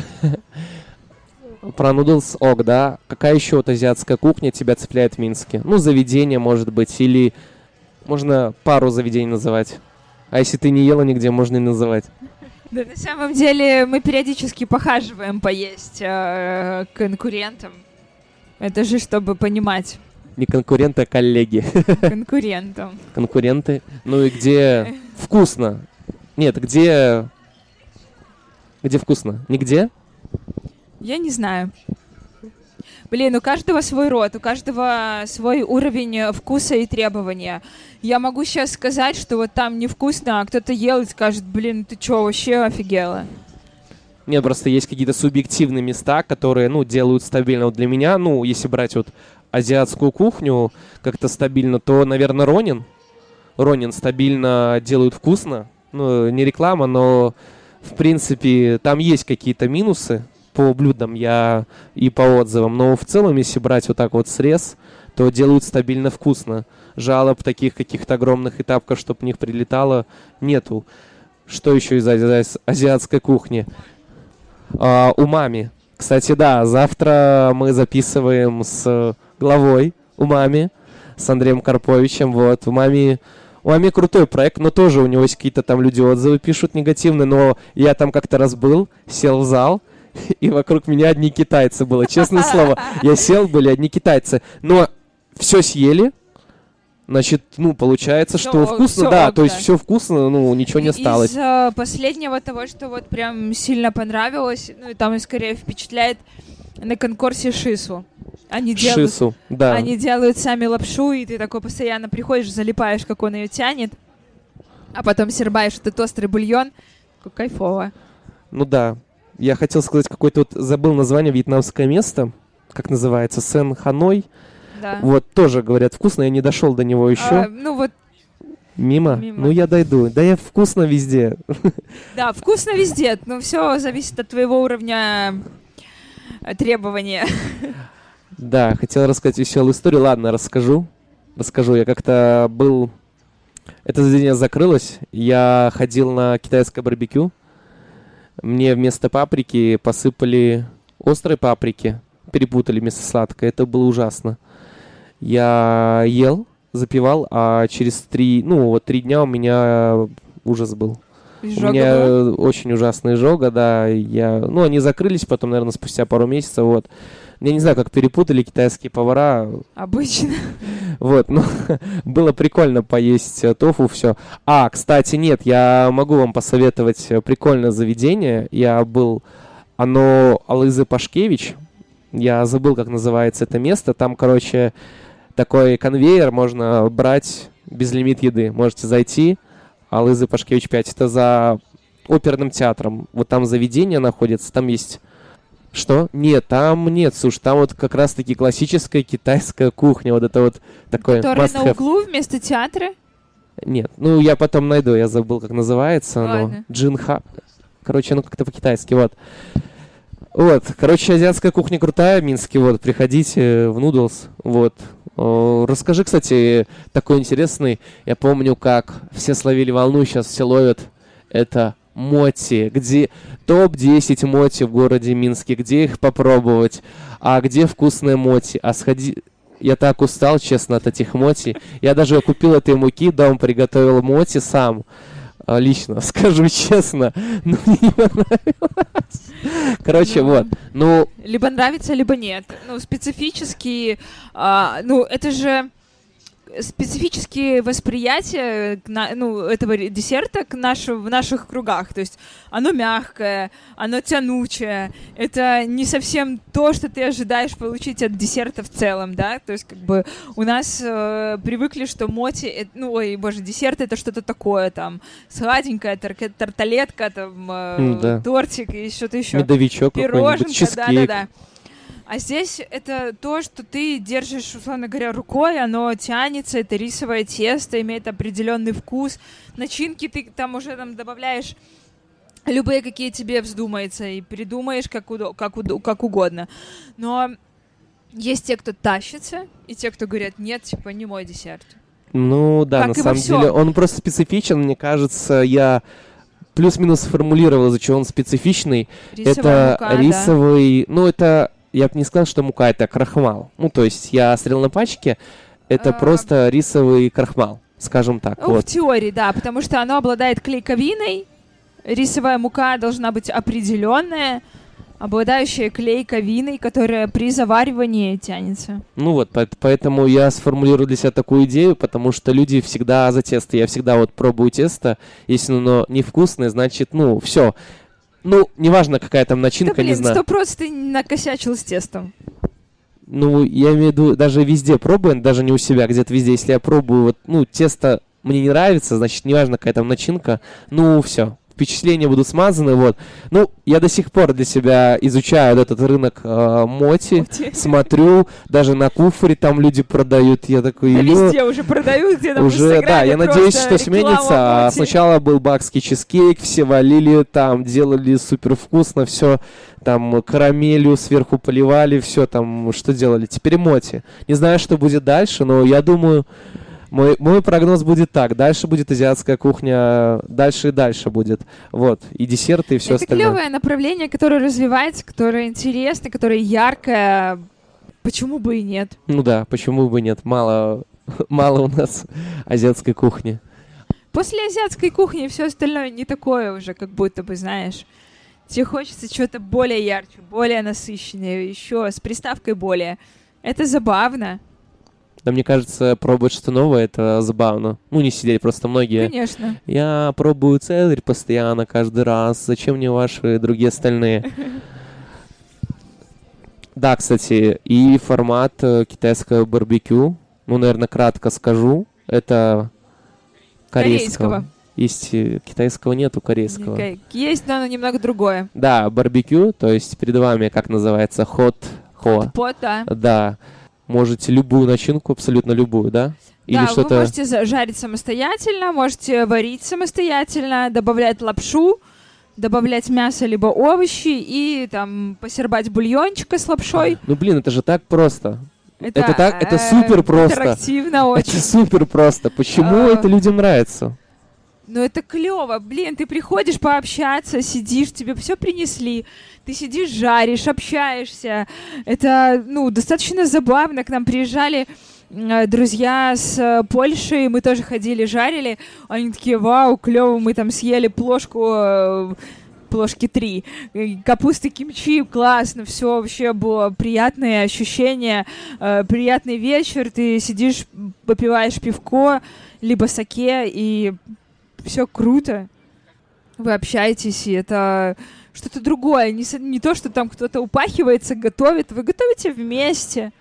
Про Noodles ок, да? Какая еще вот азиатская кухня тебя цепляет в Минске? Ну, заведение, может быть, или можно пару заведений называть. А если ты не ела нигде, можно и называть.
Да, на самом деле мы периодически похаживаем поесть э, конкурентам. Это же чтобы понимать
Не конкуренты, а коллеги.
конкурентам.
Конкуренты. Ну и где вкусно? Нет, где... Где вкусно? Нигде?
Я не знаю. Блин, у каждого свой род, у каждого свой уровень вкуса и требования. Я могу сейчас сказать, что вот там невкусно, а кто-то ел и скажет, блин, ты чё, вообще офигела?
Нет, просто есть какие-то субъективные места, которые, ну, делают стабильно. Вот для меня, ну, если брать вот азиатскую кухню как-то стабильно, то, наверное, Ронин. Ронин стабильно делают вкусно. Ну, не реклама, но, в принципе, там есть какие-то минусы по блюдам я и по отзывам. Но в целом, если брать вот так вот срез, то делают стабильно вкусно. Жалоб таких каких-то огромных этапков, чтобы в них прилетало, нету. Что еще из ази- азиатской кухни? А, умами. Кстати, да, завтра мы записываем с главой Умами, с Андреем Карповичем. Вот, Умами, Умами крутой проект, но тоже у него есть какие-то там люди отзывы пишут негативные, но я там как-то раз был, сел в зал, и вокруг меня одни китайцы было, честное слово. Я сел, были одни китайцы, но все съели. Значит, ну, получается, что
Ну,
вкусно,
всё
да,
ок,
то есть
да.
все вкусно, ну, ничего не осталось.
Из э, последнего того, что вот прям сильно понравилось, ну и там и скорее впечатляет, на конкурсе Шису. Они делают,
Шису, да.
они делают сами лапшу, и ты такой постоянно приходишь, залипаешь, как он ее тянет, а потом сербаешь этот острый бульон. Как кайфово.
Ну да. Я хотел сказать какое-то вот, забыл название, вьетнамское место, как называется, Сен Ханой.
Да.
Вот, тоже, говорят, вкусно, я не дошел до него еще.
А, ну вот
Мимо?
Мимо.
Ну, я дойду. Да я вкусно везде.
Да, вкусно везде, но все зависит от твоего уровня требования.
Да, хотел рассказать веселую историю. Ладно, расскажу. Расскажу. Я как-то был... Это заведение закрылось. Я ходил на китайское барбекю. Мне вместо паприки посыпали острой паприки. Перепутали вместо сладкой. Это было ужасно. Я ел, запивал, а через три... Ну, вот три дня у меня ужас был.
Изжога
У меня
была?
очень ужасная изжога, да. Я... Ну, они закрылись потом, наверное, спустя пару месяцев, вот. Я не знаю, как перепутали китайские повара.
Обычно.
Вот, ну, было прикольно поесть э, тофу, все. А, кстати, нет, я могу вам посоветовать э, прикольное заведение. Я был, оно Алызы Пашкевич. Я забыл, как называется это место. Там, короче, такой конвейер, можно брать безлимит еды. Можете зайти, Алызы Пашкевич пять. Это за оперным театром. Вот там заведение находится, там есть... Что? Нет, там нет, слушай, там вот как раз-таки классическая китайская кухня, вот это вот такое
Который
must
на
have.
углу вместо театра?
Нет, ну я потом найду, я забыл, как называется,
Ладно.
но Джинха. Короче, ну как-то по-китайски, вот. Вот, короче, азиатская кухня крутая в Минске, вот, приходите в Noodles, вот. О, расскажи, кстати, такой интересный, я помню, как все словили волну, сейчас все ловят, это... моти, где топ десять моти в городе Минске, где их попробовать, а где вкусные моти, а сходи... Я так устал, честно, от этих моти. Я даже купил этой муки, дома приготовил моти сам, лично, скажу честно, но мне не понравилось. Короче,
Ну,
вот, ну...
Либо нравится, либо нет. Ну, специфически, а, ну, это же... специфические восприятия на- ну, этого ре- десерта к нашу- в наших кругах. То есть оно мягкое, оно тянучее. Это не совсем то, что ты ожидаешь получить от десерта в целом, да? То есть как бы у нас э, привыкли, что моти, э, ну, ой, боже, десерт — это что-то такое там сладенькое, тар- тарталетка, там, э,
М, да.
тортик и что-то еще.
Медовичок какой-нибудь,
Пироженка,
чизкейк.
да-да-да. А здесь это то, что ты держишь, условно говоря, рукой, оно тянется, это рисовое тесто, имеет определенный вкус. Начинки ты там уже там добавляешь любые, какие тебе вздумается, и придумаешь как, удо- как, удо- как угодно. Но есть те, кто тащится, и те, кто говорят, нет, типа, не мой десерт.
Ну да,
Как
на
и во
самом
всём.
деле он просто специфичен, мне кажется, я плюс-минус сформулировал, из-за чего он специфичный.
Рисовая
это
мука, да.
рисовый, ну это, я бы не сказал, что мука, это крахмал. Ну то есть я смотрел на пачке, это
А.
просто рисовый крахмал, скажем так.
Ну,
Вот.
в теории, да, потому что оно обладает клейковиной, рисовая мука должна быть определенная, обладающая клейковиной, которая при заваривании тянется.
Ну вот, поэт- поэтому я сформулирую для себя такую идею, потому что люди всегда за тесто. Я всегда вот пробую тесто, если оно невкусное, значит, ну, все. Ну, неважно, какая там
Да,
начинка, не
блин,
знаю.
сто процентов ты накосячил с тестом.
Ну, я имею в виду, даже везде пробую, даже не у себя, где-то везде, если я пробую, вот, ну, тесто мне не нравится, значит, неважно, какая там начинка, ну, все, впечатления будут смазаны, вот. Ну, я до сих пор для себя изучаю вот этот рынок э, моти,
Моти.
смотрю, даже на Куфоре там люди продают, я такой,
Да
«Ё».
везде уже продают, где-то в
Уже,
Инстаграме
да, я
просто
надеюсь, что
реклама
сменится. А
моти.
сначала был бакский чизкейк, все валили там, делали супер вкусно, все там карамелью сверху поливали, все там, что делали. Теперь моти. Не знаю, что будет дальше, но я думаю, мой, мой прогноз будет так. Дальше будет азиатская кухня, дальше и дальше будет. Вот, и десерты, и все
Это
остальное.
клевое направление, которое развивается, которое интересно, которое яркое. Почему бы и нет?
Ну да, почему бы нет? Мало, мало у нас азиатской кухни.
После азиатской кухни все остальное не такое уже, как будто бы, знаешь. Тебе хочется чего-то более ярче, более насыщенное, еще с приставкой более. Это забавно,
Да, мне кажется, пробовать что-то новое, это забавно. Ну, не сидеть просто многие.
конечно.
Я пробую Цезарь постоянно, каждый раз. Зачем мне ваши другие остальные? Да, кстати, и формат э, китайского барбекю. Ну, наверное, кратко скажу. Это корейского.
Корейского.
Есть э, китайского, нету корейского.
Окей. Есть, но оно немного другое.
Да, барбекю, то есть перед вами, как называется, хот-хо.
Пот, да.
Да. можете любую начинку, абсолютно любую, да? Или
да,
что-то...
вы можете жарить самостоятельно, можете варить самостоятельно, добавлять лапшу, добавлять мясо либо овощи и там посербать бульончика с лапшой.
Ну, блин, это же так просто.
Это,
это, так, это супер просто.
Интерактивно очень.
Это супер просто. Почему
а...
это людям нравится?
Ну, это клево. Блин, ты приходишь пообщаться, сидишь, тебе все принесли. Ты сидишь, жаришь, общаешься. Это, ну, достаточно забавно. К нам приезжали э, друзья с Польши, мы тоже ходили, жарили. Они такие: вау, клево, мы там съели плошку... Э, плошки три, капусты кимчи, классно, все вообще было приятное ощущение, э, приятный вечер, ты сидишь, попиваешь пивко, либо саке, и все круто, вы общаетесь, и это что-то другое, не, не то, что там кто-то упахивается, готовит, вы готовите вместе.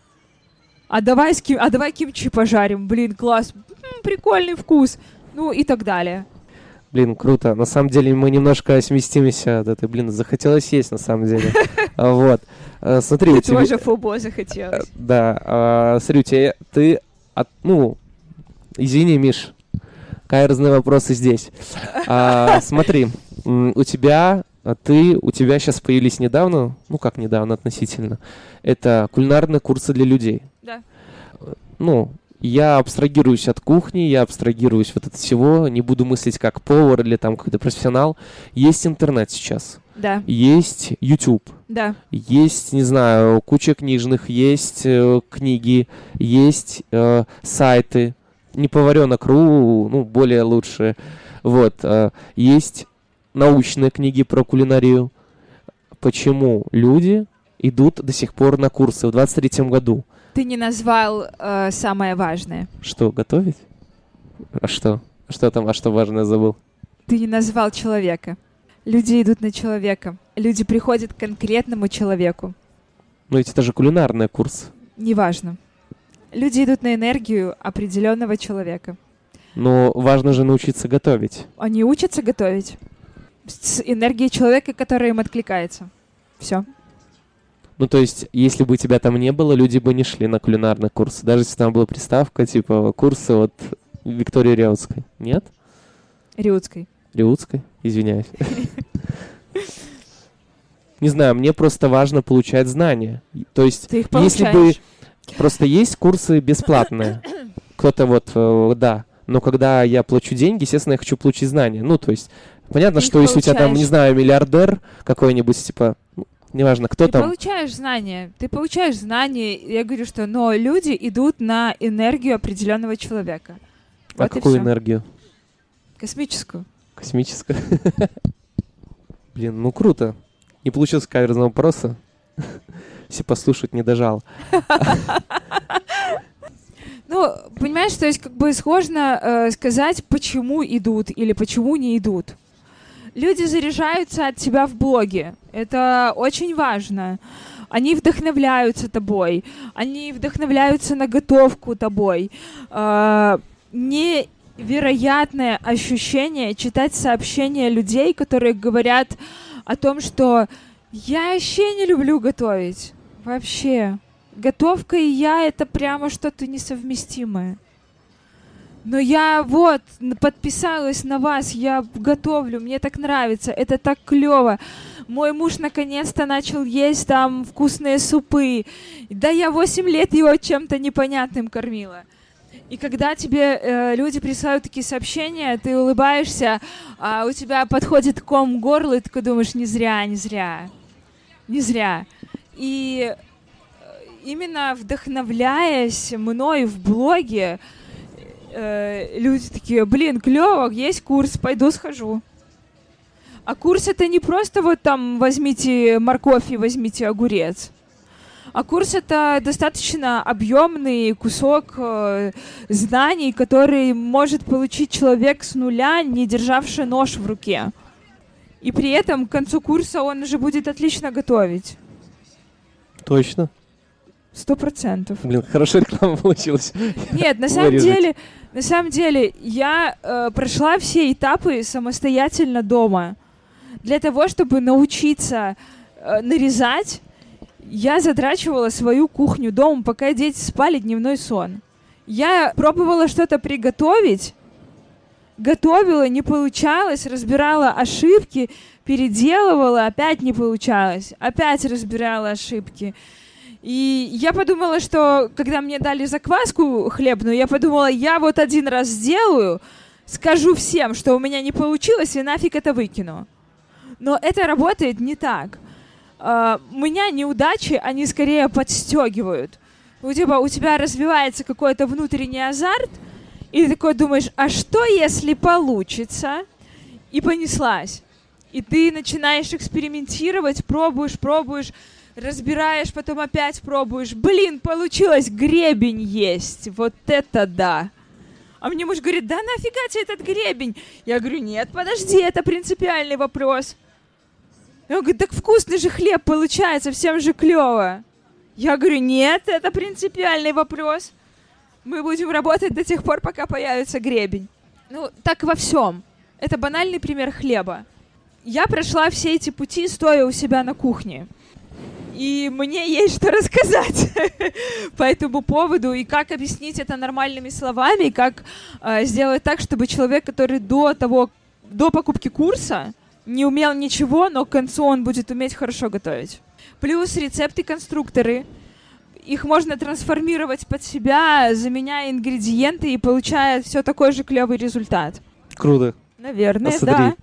А давай, с ким, а давай кимчи пожарим, блин, класс, м-м, прикольный вкус, ну и так далее.
Блин, круто. На самом деле мы немножко сместимся от этой, блин, захотелось есть на самом деле. Вот. Смотри, у тебя...
Тоже фобо захотелось.
Да. Смотри, у тебя... Ты... Ну, извини, Миш. Каверзные вопросы здесь. Смотри, у тебя... Ты... У тебя сейчас появились недавно, ну как недавно относительно, это кулинарные курсы для людей.
Да.
Ну... Я абстрагируюсь от кухни, я абстрагируюсь вот от всего, не буду мыслить как повар или там какой-то профессионал. Есть интернет сейчас.
Да.
Есть YouTube.
Да.
Есть, не знаю, куча книжных, есть э, книги, есть э, сайты. Неповаренок.ру, ну, более лучшие. Вот. Э, есть научные книги про кулинарию. Почему люди идут до сих пор на курсы в двадцать третьем году?
Ты не назвал э, самое важное.
Что, готовить? А что? Что там, а что важное забыл?
Ты не назвал человека. Люди идут на человека. Люди приходят к конкретному человеку.
Ну ведь это же кулинарный курс.
Неважно. Люди идут на энергию определенного человека.
Но важно же научиться готовить.
Они учатся готовить с энергией человека, которая им откликается. Все.
Ну, то есть, если бы тебя там не было, люди бы не шли на кулинарный курс. Даже если там была приставка, типа, курсы от Виктории Реутской. Нет?
Реутской.
Реутской? Извиняюсь. Не знаю, мне просто важно получать знания. То есть, если бы... Просто есть курсы бесплатные. Кто-то вот, да. Но когда я плачу деньги, естественно, я хочу получить знания. Ну, то есть, понятно, что если у тебя там, не знаю, миллиардер какой-нибудь, типа... Неважно, кто
ты
там.
Ты получаешь знания, ты получаешь знания. Я говорю, что но люди идут на энергию определенного человека.
А
вот
какую энергию?
Космическую.
Космическую? Блин, ну круто. Не получился каверзного вопроса. Все послушать не дожал.
Ну, понимаешь, то есть как бы сложно э, сказать, почему идут или почему не идут. Люди заряжаются от тебя в блоге. Это очень важно. Они вдохновляются тобой. Они вдохновляются на готовку тобой. Э, невероятное ощущение читать сообщения людей, которые говорят о том, что я вообще не люблю готовить. Вообще. Готовка и я — это прямо что-то несовместимое. Но я вот подписалась на вас, я готовлю, мне так нравится, это так клево. Мой муж наконец-то начал есть там вкусные супы. Да я восемь лет его чем-то непонятным кормила. И когда тебе э, люди присылают такие сообщения, ты улыбаешься, а у тебя подходит ком к горлу, и ты такой думаешь: не зря, не зря, не зря. И именно вдохновляясь мной в блоге, люди такие: блин, клево, есть курс, пойду схожу. А курс — это не просто вот там возьмите морковь и возьмите огурец. А курс — это достаточно объемный кусок э, знаний, который может получить человек с нуля, не державший нож в руке. И при этом к концу курса он уже будет отлично готовить.
Точно?
Сто процентов.
Блин, хорошая реклама получилась.
Нет, на самом деле, на самом деле, я э, прошла все этапы самостоятельно дома для того, чтобы научиться э, нарезать Я задрачивала свою кухню дома, пока дети спали, дневной сон. Я пробовала что-то приготовить, готовила, не получалось, разбирала ошибки, переделывала, опять не получалось, опять разбирала ошибки. И я подумала, что когда мне дали закваску хлебную, я подумала, я вот один раз сделаю, скажу всем, что у меня не получилось, и нафиг это выкину. Но это работает не так. Uh, у меня неудачи, они скорее подстегивают. У тебя, у тебя развивается какой-то внутренний азарт, и ты такой думаешь, а что если получится? И понеслась. И ты начинаешь экспериментировать, пробуешь, пробуешь, разбираешь, потом опять пробуешь. Блин, получилось, гребень есть. Вот это да. А мне муж говорит, да нафига тебе этот гребень? Я говорю, нет, подожди, это принципиальный вопрос. Он говорит, так вкусный же хлеб получается, всем же клево. Я говорю, нет, это принципиальный вопрос. Мы будем работать до тех пор, пока появится гребень. Ну, так во всем. Это банальный пример хлеба. Я прошла все эти пути, стоя у себя на кухне. И мне есть что рассказать по этому поводу, и как объяснить это нормальными словами, и как э, сделать так, чтобы человек, который до того, до покупки курса, не умел ничего, но к концу он будет уметь хорошо готовить. Плюс рецепты-конструкторы. Их можно трансформировать под себя, заменяя ингредиенты, и получая все такой же клевый результат.
Круто.
Наверное, да.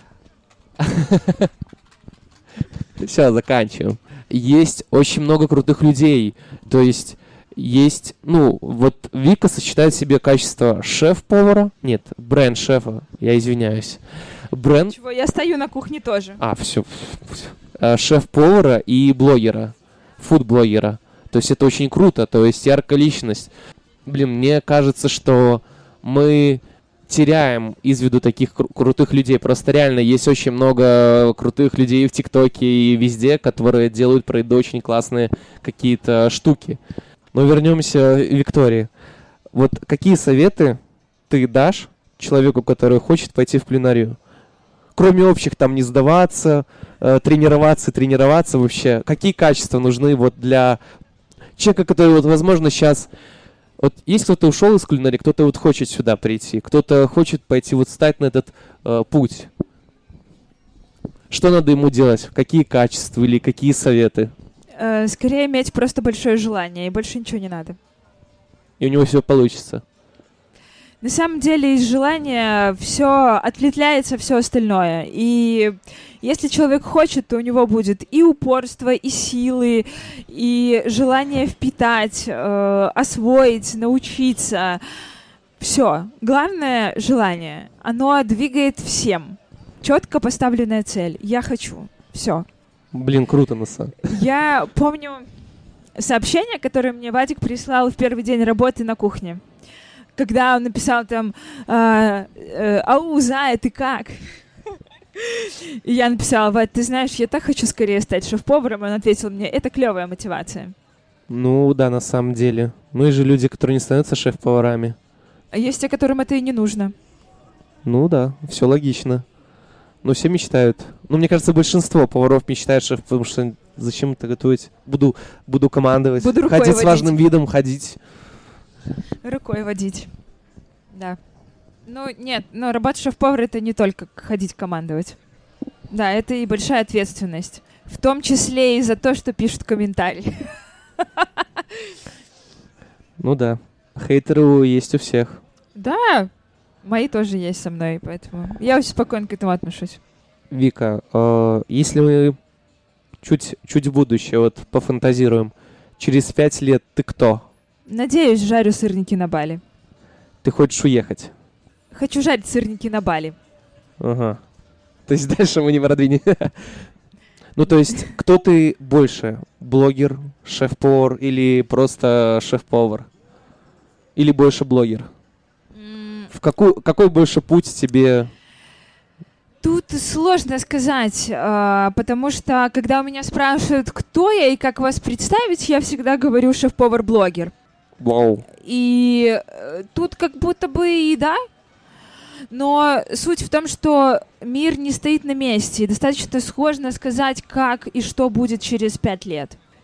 Все, заканчиваем. Есть очень много крутых людей. То есть есть, ну, вот Вика сочетает в себе качество шеф-повара. Нет, бренд-шефа, я извиняюсь. Бренд...
Чего, я стою на кухне тоже.
А, все. Шеф-повара и блогера. Фуд-блогера. То есть это очень круто. То есть яркая личность. Блин, мне кажется, что мы теряем из виду таких кру- крутых людей. Просто реально есть очень много крутых людей в ТикТоке и везде, которые делают про еду очень классные какие-то штуки. Но вернемся к Виктории. Вот какие советы ты дашь человеку, который хочет пойти в кулинарию? Кроме общих, там, не сдаваться, э, тренироваться, тренироваться вообще. Какие качества нужны вот для человека, который, вот, возможно, сейчас... Вот есть кто-то ушел из кулинарии, кто-то вот хочет сюда прийти, кто-то хочет пойти вот встать на этот э, путь. Что надо ему делать? Какие качества или какие советы?
Э, скорее иметь просто большое желание, и больше ничего не надо.
И у него все получится.
На самом деле из желания все отлетляется, все остальное. И если человек хочет, то у него будет и упорство, и силы, и желание впитать, э, освоить, научиться. Все. Главное — желание. Оно двигает всем. Четко поставленная цель. Я хочу. Все.
Блин, круто, на самом деле.
Я помню сообщение, которое мне Вадик прислал в первый день работы на кухне. Когда он написал там э, э, «Ау, Зая, ты как?» И я написала: «Вадь, ты знаешь, я так хочу скорее стать шеф-поваром». И он ответил мне: «Это клевая мотивация».
Ну да, на самом деле. Мы же люди, которые не становятся шеф-поварами.
А есть те, которым это и не нужно.
Ну да, все логично. Но все мечтают. Ну, мне кажется, большинство поваров мечтают шеф, потому что зачем это готовить? Буду, буду командовать,
Буду рукой
ходить
водить.
с важным видом, ходить.
Рукой водить. Да. Ну, нет, но работа шеф-повара — это не только ходить командовать. Да, это и большая ответственность. В том числе и за то, что пишут комментарии.
Ну да. Хейтеры есть у всех.
Да, мои тоже есть со мной, поэтому я очень спокойно к этому отношусь.
Вика, э, если мы чуть, чуть в будущее вот пофантазируем, через пять лет ты кто?
Надеюсь, жарю сырники на Бали.
Ты хочешь уехать?
Хочу жарить сырники на Бали.
Ага. То есть дальше мы не продвинем. Ну, то есть, кто ты больше? Блогер, шеф-повар или просто шеф-повар? Или больше блогер? В какой, какой больше путь тебе?
Тут сложно сказать, э, потому что, когда у меня спрашивают, кто я и как вас представить, я всегда говорю шеф-повар-блогер.
Вау.
И э, тут как будто бы и да, но суть в том, что мир не стоит на месте, и достаточно сложно сказать, как и что будет через пять лет.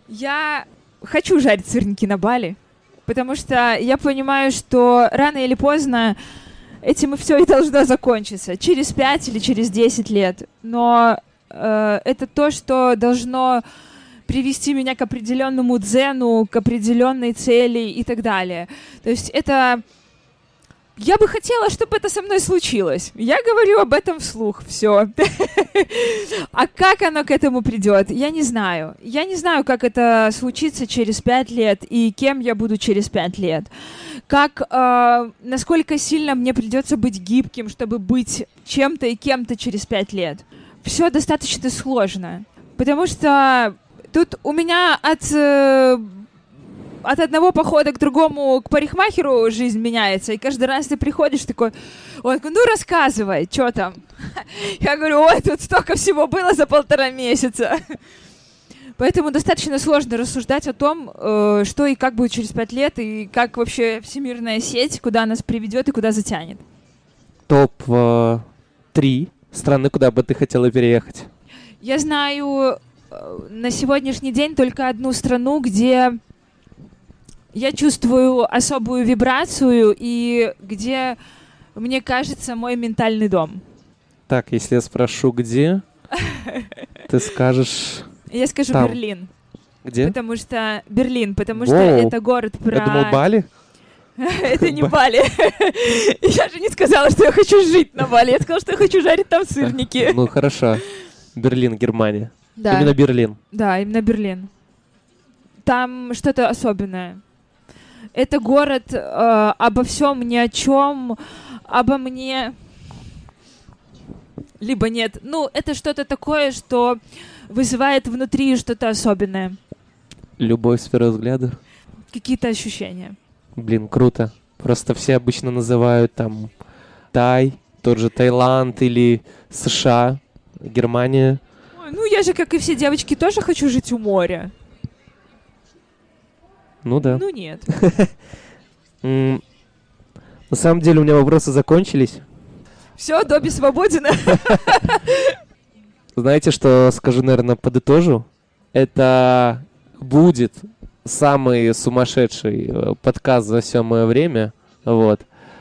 Я хочу жарить сырники на Бали, потому что я понимаю, что рано или поздно этим и все и должно закончиться. Через пять или через десять лет. Но э, это то, что должно привести меня к определенному дзену, к определенной цели и так далее. То есть это... Я бы хотела, чтобы это со мной случилось. Я говорю об этом вслух, все. А как оно к этому придет, я не знаю. Я не знаю, как это случится через пять лет и кем я буду через пять лет. Как, э, насколько сильно мне придется быть гибким, чтобы быть чем-то и кем-то через пять лет. Все достаточно сложно, потому что тут у меня от... Э, От одного похода к другому, к парикмахеру жизнь меняется, и каждый раз ты приходишь такой, ой, ну рассказывай, что там? Я говорю, ой, тут столько всего было за полтора месяца. Поэтому достаточно сложно рассуждать о том, что и как будет через пять лет, и как вообще всемирная сеть, куда нас приведет и куда затянет.
Топ три страны, куда бы ты хотела переехать?
Я знаю на сегодняшний день только одну страну, где... Я чувствую особую вибрацию, и где, мне кажется, мой ментальный дом.
Так, если я спрошу, где, ты скажешь...
Я скажу
там.
Берлин.
Где?
Потому что... Берлин, потому
Воу.
что это город про...
Я думал, Бали?
Это не Бали. Я же не сказала, что я хочу жить на Бали. Я сказала, что я хочу жарить там сырники.
Ну, хорошо. Берлин, Германия.
Да.
Именно Берлин.
Да, именно Берлин. Там что-то особенное. Это город э, обо всем, ни о чем, обо мне, либо нет. Ну, это что-то такое, что вызывает внутри что-то особенное.
Любовь с первого взгляда?
Какие-то ощущения.
Блин, круто. Просто все обычно называют там Тай, тот же Таиланд или США, Германия.
Ой, ну, я же, как и все девочки, тоже хочу жить у моря.
Ну да.
Ну нет.
На самом деле у меня вопросы закончились.
Все, Добби свободен.
Знаете, что скажу, наверное, подытожу? Это будет самый сумасшедший подкаст за все мое время. Вот.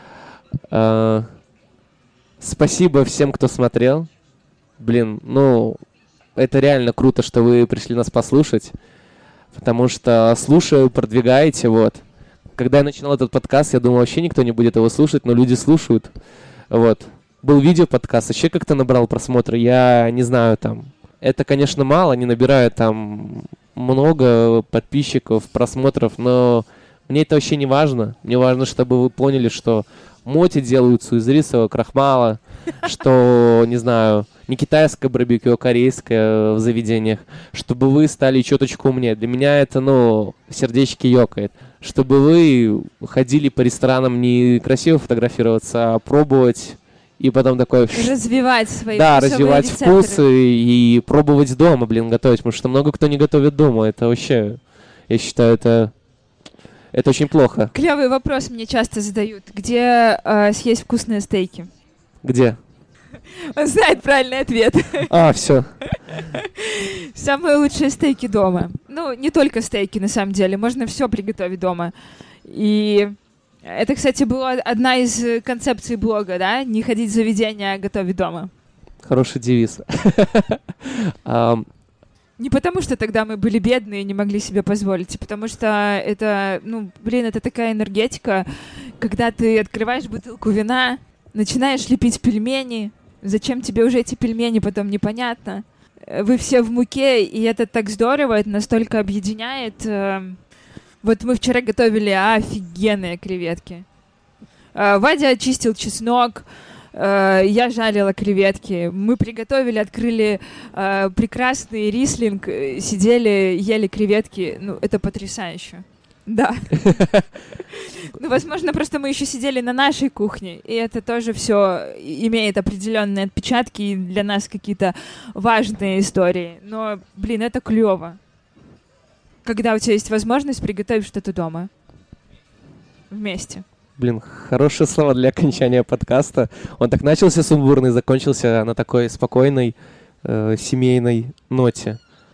Спасибо всем, кто смотрел. Блин, ну, это реально круто, что вы пришли нас послушать. Потому что слушаю, продвигаете, вот. Когда я начинал этот подкаст, я думал, вообще никто не будет его слушать, но люди слушают, вот. Был видео-подкаст, вообще как-то набрал просмотры, я не знаю, там, это, конечно, мало, не набираю там много подписчиков, просмотров, но мне это вообще не важно. Мне важно, чтобы вы поняли, что моти делаются из рисового крахмала, что, не знаю, не китайское барбекю, а корейское в заведениях, чтобы вы стали чуточку умнее. Для меня это, ну, сердечки ёкает. Чтобы вы ходили по ресторанам не красиво фотографироваться, а пробовать и потом такой...
Развивать свои
Да,
вкусовые
развивать
рецепторы.
вкусы и пробовать дома, блин, готовить. Потому что много кто не готовит дома. Это вообще, я считаю, это... Это очень плохо.
Клевый вопрос мне часто задают. Где э, съесть вкусные стейки?
Где?
Он знает правильный ответ.
А, все.
Самые лучшие стейки дома. Ну, не только стейки, на самом деле. Можно все приготовить дома. И это, кстати, была одна из концепций блога, да? Не ходить в заведение, а готовить дома.
Хороший девиз.
Не потому, что тогда мы были бедные и не могли себе позволить, а потому что это, ну, блин, это такая энергетика, когда ты открываешь бутылку вина, начинаешь лепить пельмени, зачем тебе уже эти пельмени, потом непонятно. Вы все в муке, и это так здорово, это настолько объединяет. Вот мы вчера готовили офигенные креветки. Вадя очистил чеснок, я жарила креветки. Мы приготовили, открыли э, прекрасный рислинг, сидели, ели креветки. Ну, это потрясающе. Да. Ну, возможно, просто мы еще сидели на нашей кухне, и это тоже все имеет определенные отпечатки и для нас какие-то важные истории. Но, блин, это клево. Когда у тебя есть возможность приготовить что-то дома. Вместе.
Блин, хорошие слова для окончания подкаста. Он так начался сумбурный, закончился на такой спокойной э, семейной ноте.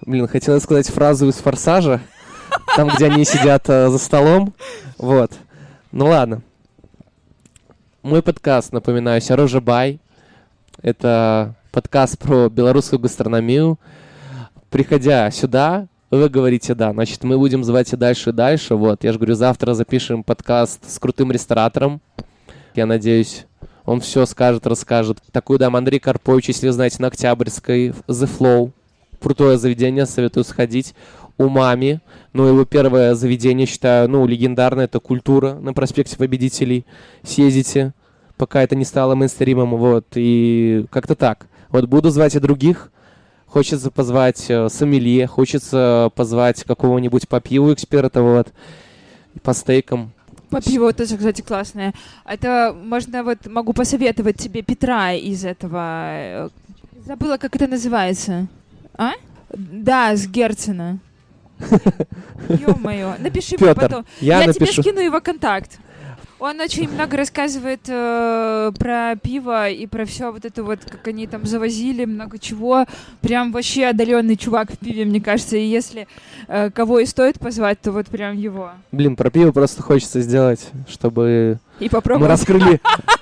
Блин, хотела сказать фразу из «Форсажа», там, где они сидят э, за столом. Вот. Ну ладно. Мой подкаст, напоминаю, «Сережа Бай». Это подкаст про белорусскую гастрономию. Приходя сюда, вы говорите «да». Значит, мы будем звать и дальше, и дальше. Вот, я же говорю, завтра запишем подкаст с крутым ресторатором. Я надеюсь, он все скажет, расскажет. Такой дам Андрей Карпович, если вы знаете, на Октябрьской, The Flow. Крутое заведение, советую сходить. Умами. Ну, его первое заведение, считаю, ну, легендарное. Это «Культура» на проспекте Победителей. Съездите, пока это не стало мейнстримом. Вот, и как-то так. Вот буду звать и других. Хочется позвать э, сомелье, хочется позвать какого-нибудь по пиву эксперта, вот, по стейкам.
По пиву тоже, кстати, классное. Это можно, вот, могу посоветовать тебе Петра из этого... Забыла, как это называется. А? Да, с Герцена. Ё-моё, напиши мне потом.
Я,
я
напишу.
тебе скину его контакт. Он очень много рассказывает э, про пиво и про все вот это вот, как они там завозили, много чего. Прям вообще одаренный чувак в пиве, мне кажется. И если э, кого и стоит позвать, то вот прям его.
Блин, про пиво просто хочется сделать, чтобы
и попробовать.
Мы раскрыли...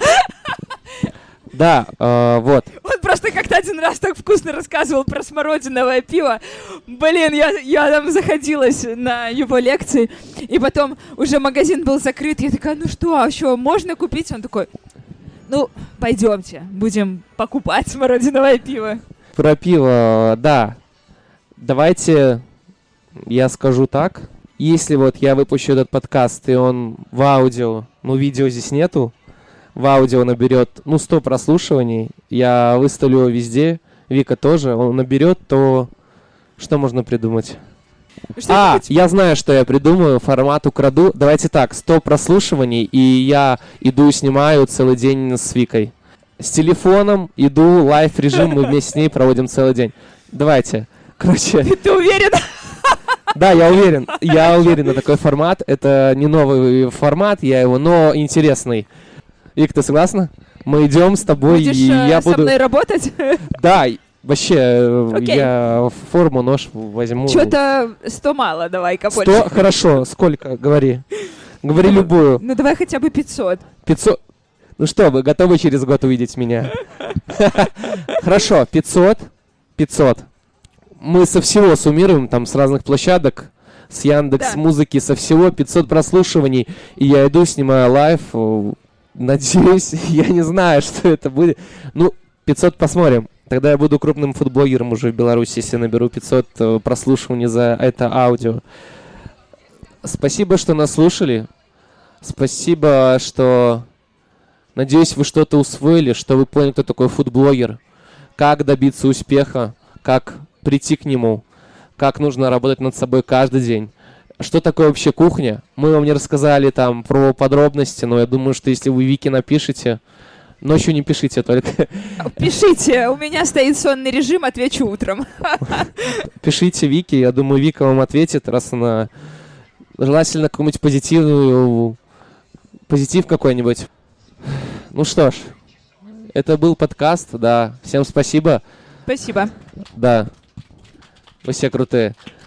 Да, э, вот.
Он просто как-то один раз так вкусно рассказывал про смородиновое пиво. Блин, я, я там заходилась на его лекции, и потом уже магазин был закрыт. Я такая, ну что, а что, можно купить? Он такой, ну, пойдемте, будем покупать смородиновое пиво.
Про пиво, да. Давайте я скажу так. Если вот я выпущу этот подкаст, и он в аудио, ну, видео здесь нету, в аудио наберет, ну, сто прослушиваний, я выставлю его везде, Вика тоже, он наберет, то что можно придумать? А, я знаю, что я придумаю, формат украду. Давайте так, сто прослушиваний, и я иду снимаю целый день с Викой. С телефоном иду, лайв-режим, мы вместе с ней проводим целый день. Давайте, короче...
Ты уверен?
Да, я уверен, я уверен на такой формат. Это не новый формат, я его, но интересный. Вик, ты согласна? Мы идем с тобой,
Будешь,
и я
со
буду...
мной работать?
Да, вообще,
okay.
я форму, нож возьму.
Что-то сто мало, давай-ка больше.
Сто? Хорошо, сколько? Говори. Говори ну, любую.
Ну, давай хотя бы пятьсот.
пятьсот? Ну что, вы готовы через год увидеть меня? Хорошо, пятьсот. пятьсот. Мы со всего суммируем, там, с разных площадок, с Яндекс.Музыки, со всего пятьсот прослушиваний, и я иду, снимаю лайв. Надеюсь, я не знаю, что это будет. Ну, пятьсот посмотрим. Тогда я буду крупным фудблогером уже в Беларуси, если наберу пятьсот прослушиваний за это аудио. Спасибо, что нас слушали. Спасибо, что... Надеюсь, вы что-то усвоили, что вы поняли, кто такой фудблогер, как добиться успеха, как прийти к нему, как нужно работать над собой каждый день. Что такое вообще кухня? Мы вам не рассказали там про подробности, но я думаю, что если вы Вике напишите, ночью не пишите только.
Пишите, у меня стоит сонный режим, отвечу утром.
Пишите Вике, я думаю, Вика вам ответит, раз она... Желательно какую-нибудь позитивную... Позитив какой-нибудь. Ну что ж, это был подкаст, да. Всем спасибо.
Спасибо.
Да. Вы все крутые.